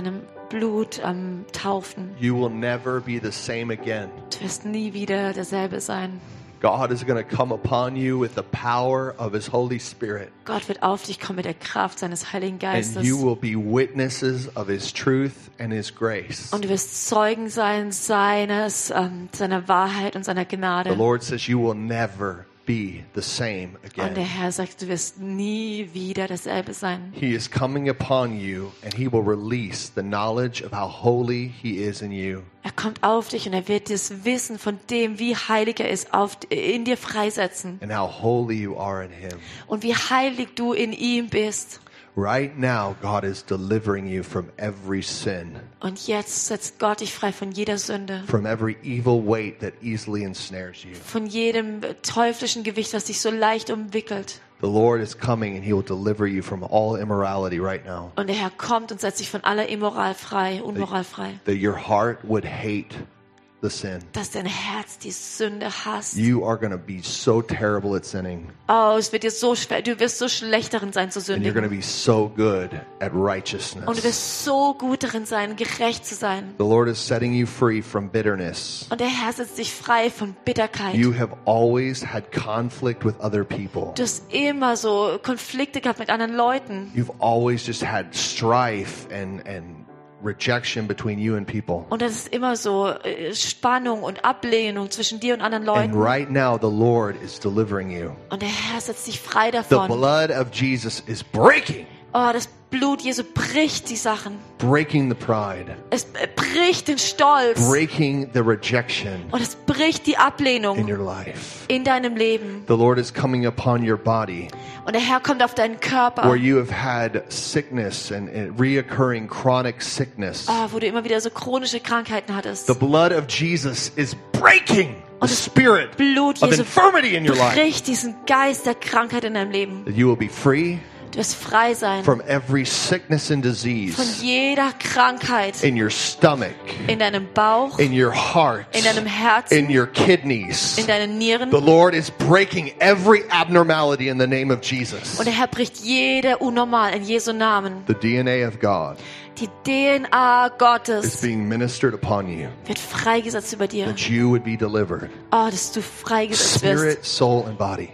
Blut taufen. You will never be the same again. Du wirst nie wieder derselbe sein. God is going to come upon you with the power of His Holy Spirit. Gott wird auf dich kommen mit der Kraft seines Heiligen And Geistes. you will be witnesses of His truth and His grace. Und du wirst Zeugen sein seiner Wahrheit und seiner The Gnade. Lord says you will never be the same Und der again. Herr sagt, du wirst nie wieder dasselbe sein. He is coming upon you and He will release the knowledge of how holy He is in you. Er kommt auf dich und er wird das Wissen von dem, wie heilig er ist, in dir freisetzen. And how holy you are in Him. Und wie heilig du in ihm bist. Right now, God is delivering you from every sin, Und jetzt setzt Gott dich frei von jeder Sünde. from every evil weight that easily ensnares you. Von jedem teuflischen Gewicht, das dich so leicht umwickelt. The Lord is coming and He will deliver you from all immorality right now. Und der Herr kommt und setzt dich von aller Unmoral frei. That your heart would hate the sin. Dass dein Herz die Sünde hasst. You are going to be so terrible at sinning, Oh, es wird dir so schwer. Du wirst so schlecht darin sein zu and you're going to sündigen. be so good at Und du righteousness. wirst so gut darin sein, gerecht zu sein. The Lord is setting you free from bitterness. Und der Herr setzt dich frei von Bitterkeit. You have always had conflict with other people. Du hast immer so Konflikte gehabt mit anderen Leuten. You've always just had strife and rejection between you and people. Und das ist immer so Spannung und Ablehnung zwischen dir und anderen And Leuten. right now, the Lord is delivering you. Und der Herr setzt dich frei The davon. blood of Jesus is breaking Das Blut Jesu bricht die Sachen. the pride, Es bricht den Stolz. breaking the rejection Und es bricht die in Ablehnung your life. in deinem Leben. The Lord is coming upon your body Und der Herr kommt auf deinen where Körper, you have had sickness and reoccurring chronic sickness. wo du immer wieder so chronische Krankheiten hattest. The blood of Jesus is breaking the Und das spirit Blut of Jesu infirmity in your life. bricht diesen Geist der Krankheit in deinem Leben. That you will be free Du wirst frei sein from every sickness and von disease jeder Krankheit in your stomach, in deinem Bauch, in your heart, in deinem Herzen, in your kidneys. in deinen Nieren. The Lord is breaking every abnormality in the name of Jesus. Und der Herr bricht jede Unnormal in Jesu Namen. The DNA of God Die DNA is Gottes being ministered upon you, wird freigesetzt über dir. that you would be delivered. Dass du freigesetzt wirst. Spirit, soul, and body.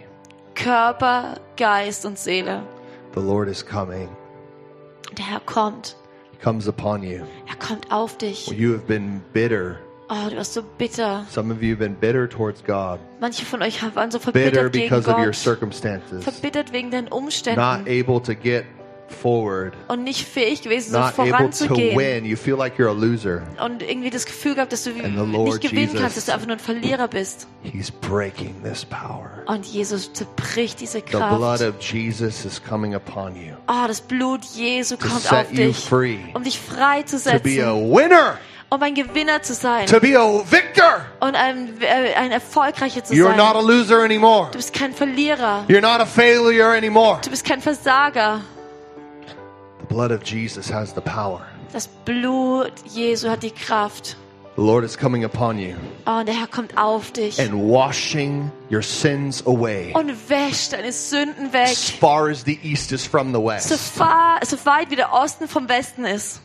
Körper, Geist und Seele. The Lord is coming. Der Herr kommt. He comes upon you. Er kommt auf dich. Well, you have been bitter. Du warst so bitter. Some of you have been bitter towards God. Manche von euch waren so Bitter verbittert gegen because of your Gott. circumstances. Verbittert wegen deinen Not Umständen. able to get forward. Und nicht fähig gewesen, so Not able to voranzugehen. win. You feel like you're a loser. Und irgendwie das Gefühl gehabt, dass du And the Lord nicht gewinnen Jesus- kannst, dass du einfach nur ein Verlierer bist. He's breaking this power. Und Jesus zerbricht diese The blood Kraft. of Jesus is coming upon you Das Blut Jesu to kommt set auf you dich, free, um dich frei zu to be a setzen, winner, um ein Gewinner zu sein to be a victor. und ein Erfolgreicher zu You're not a sein. loser anymore. Du bist kein Verlierer. You're not a failure anymore. Du bist kein Versager. The blood of Jesus has the power. Das Blut Jesu hat die Kraft. The Lord is coming upon you Und der Herr kommt auf dich and washing your sins away und wäscht deine Sünden as weg, far as the east is from the so west. weit wie der Osten vom Westen ist.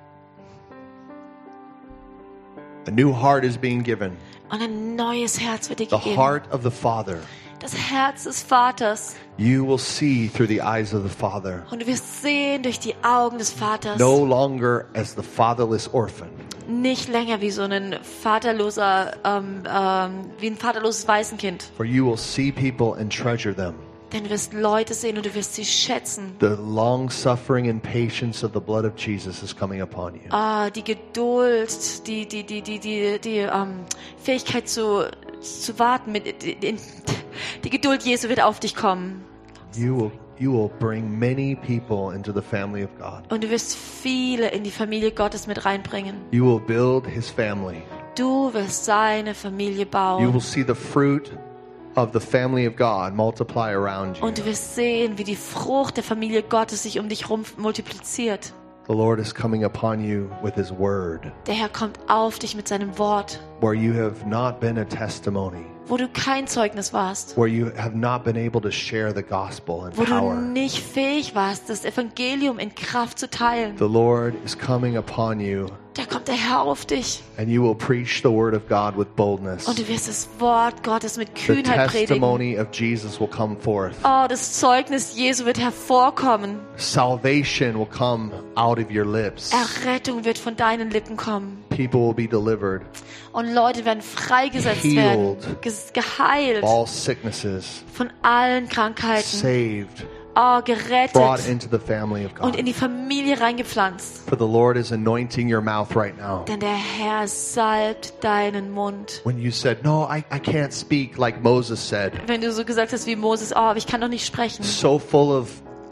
A new heart is being given. Und ein neues Herz wird dir The gegeben. heart of the Father. Das Herz des Vaters. You will see through the eyes of the Father. Und du wirst sehen durch die Augen des Vaters. No longer as the fatherless orphan, Nicht länger wie so ein vaterloser, wie ein vaterloses Waisenkind. for you will see people and treasure them. Denn du wirst Leute sehen und du wirst sie schätzen. The long suffering and patience of the blood of Jesus is coming upon you. Die Geduld, die Fähigkeit zu warten, die Geduld Jesu wird auf dich kommen. You will bring many people into the family of God. Und du wirst viele in die Familie Gottes mit reinbringen. You will build his family. Du wirst seine Familie You will bauen. see the fruit of the family of God multiply around you. Und du wirst sehen, wie die Frucht der Familie Gottes sich um dich herum multipliziert. The Lord is coming upon you with his word, Der Herr kommt auf dich mit seinem Wort, where you have not been a testimony wo du kein Zeugnis warst, where you have not been able to share the gospel in wo du power. nicht fähig warst, das Evangelium in Kraft zu teilen. The Lord is coming upon you, Da kommt der Herr auf dich and you will preach the word of God with boldness. und du wirst das Wort Gottes mit The Kühnheit predigen. testimony of Jesus will come forth. Oh, das Zeugnis Jesu wird hervorkommen. Salvation will come out of your lips. Errettung wird von deinen Lippen kommen. People will be delivered. Und Leute werden freigesetzt werden, geheilt All sicknesses, von allen Krankheiten. saved, Oh, brought gerettet into the family of und God. in die Familie reingepflanzt. For the Lord is anointing your mouth right now. Denn der Herr salbt deinen Mund. When you said, no, I can't speak like Moses said, Wenn du so gesagt hast wie Moses, oh, aber ich kann doch nicht sprechen. so full of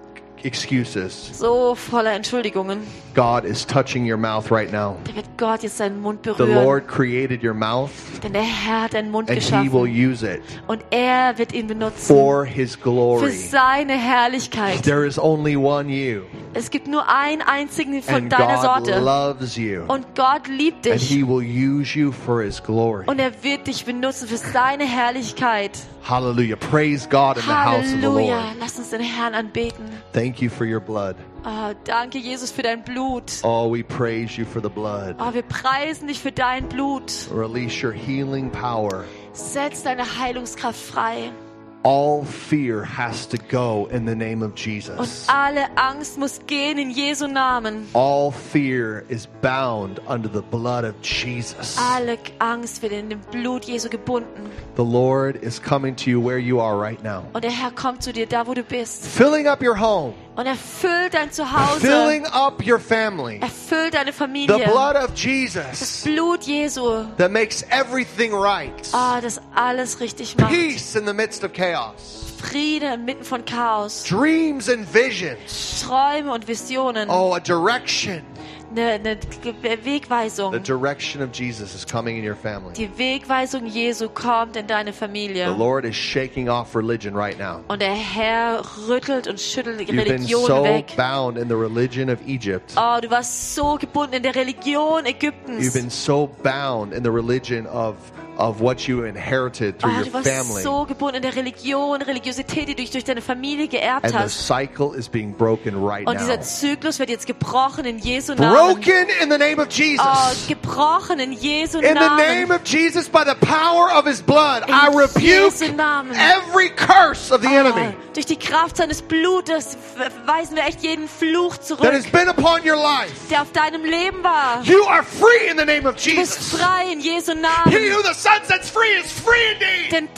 excuses, So voller Entschuldigungen. God is touching your mouth right now. Da wird Gott jetzt seinen Mund The berühren. Lord created your mouth, Denn der Herr hat deinen Mund and He will geschaffen. use it Und er wird ihn benutzen. for His Für glory. seine Herrlichkeit. There is only one you, Es gibt nur einen einzigen von and deiner God Sorte. loves you, Und Gott liebt and dich. He will use you for His glory. Und er wird dich benutzen für seine Herrlichkeit. Hallelujah. Praise God in the house of the Halleluja. Lord. Lass uns den Herrn anbeten. Thank you for your blood. Oh, danke, Jesus, für dein Blut. Oh, we praise you for the blood. Oh, wir preisen dich für dein Blut. Release your healing power. Setz deine Heilungskraft frei. All fear has to go in the name of Und Jesus. alle Angst muss gehen in Jesu Namen. All fear is bound under the blood of Jesus. Alle Angst wird in dem Blut Jesu gebunden. The Lord is coming to you where you are right now, Und der Herr kommt zu dir, da wo du bist. filling up your home, Und erfüllt dein Zuhause. filling up your family. Erfüllt deine The Familie. blood of Das Jesus Blut Jesu. that makes everything right. Das alles richtig macht. Peace in the midst of chaos. Friede inmitten von Chaos. Dreams and visions. Träume und Visionen. Oh, a direction. Eine Wegweisung. The direction of Jesus is coming in your family. Die Wegweisung Jesu kommt in deine The Familie. Lord is shaking off religion right now. Und der Herr rüttelt und schüttelt die You've been Religion so weg. bound in the religion of Egypt. Oh, du warst so gebunden in der Religion You've Ägyptens. been so bound in the religion of what you inherited through Oh, your du warst family. so gebunden in der Religiosität, die du durch deine Familie geerbt And the hast. cycle is being broken right Und dieser now. Zyklus wird jetzt gebrochen in Jesu Namen. Broken in the name of Oh, Jesus. gebrochen in Jesu In the name Namen. of Jesus, by the power of His blood, In I rebuke Jesu Namen. every curse of the enemy Durch die Kraft seines Blutes weisen wir echt jeden Fluch that zurück, has been upon your life. der auf deinem Leben war. You are free in the name of Du bist Jesus. frei in Jesu He Namen. who the Son sets free is free indeed. Denn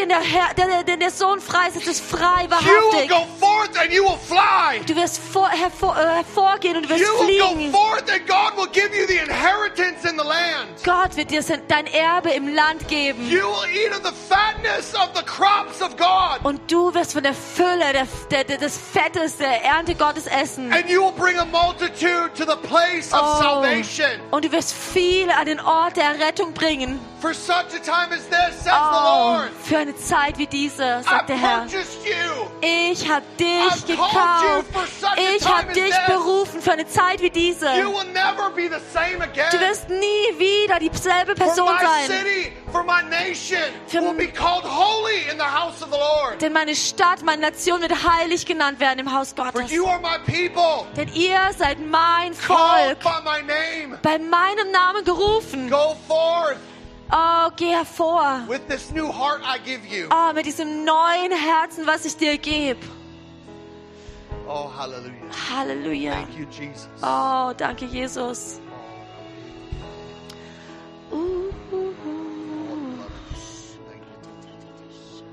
den der Sohn freisetzt, ist frei, You will wahrhaftig. go forth and you will fly. Du wirst hervorgehen und du wirst You will go fliegen. forth and God will give you the inheritance in the land. Gott wird dir dein Erbe im Land geben. You will eat of the fatness of the crops of God. Und du wirst von der Fülle des Fettes der Ernte Gottes essen. And you will bring a multitude to the place of salvation. Und du wirst viele an den Ort der Errettung bringen. For such a time as this, says the Oh, Lord. für eine Zeit wie diese, I sagt der Herr. purchased you. Ich habe dich I've called you gekauft. for such a Ich time habe as dich this. berufen für eine Zeit wie diese. You will never be the same again. Du wirst nie wieder dieselbe For Person my sein. city, for my nation, Für- will be called holy in the house of the Lord. Denn meine Stadt, meine Nation wird heilig genannt werden im Haus For Gottes. you are my people, Denn ihr seid mein called Volk, by my name. bei meinem Namen gerufen. Go forth Oh, geh hervor. with this new heart I give you. Oh, mit diesem neuen Herzen, was ich dir gebe. Oh, hallelujah. Halleluja. Thank you, Jesus. Oh, danke, Jesus. Thank you.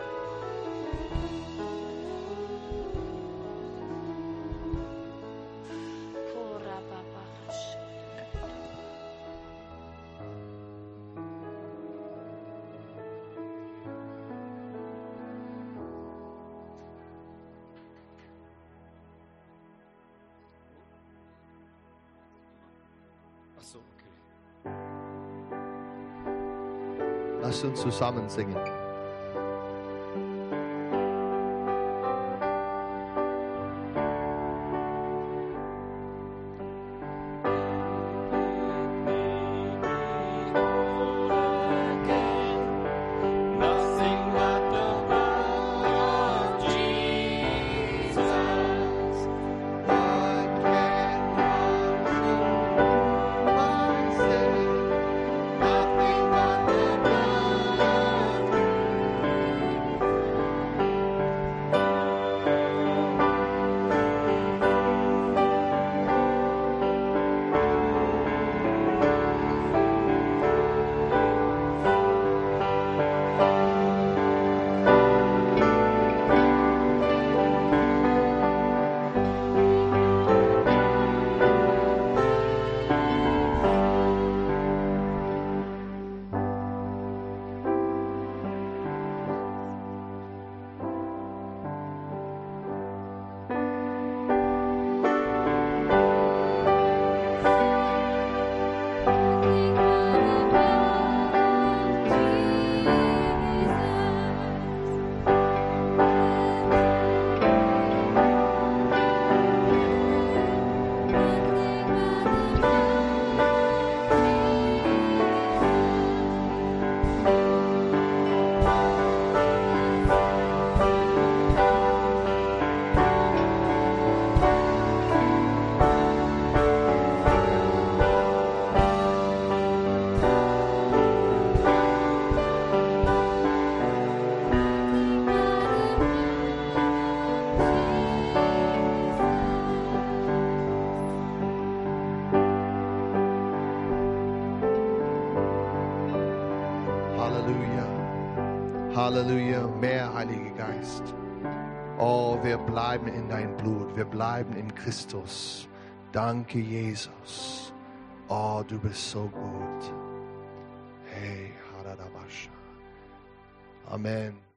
Ach so, okay. Lass uns zusammen singen. Oh, Halleluja. Halleluja. Mehr, Heiliger Geist. Oh, wir bleiben in dein Blut. Wir bleiben in Christus. Danke, Jesus. Oh, du bist so gut. Hey, Amen.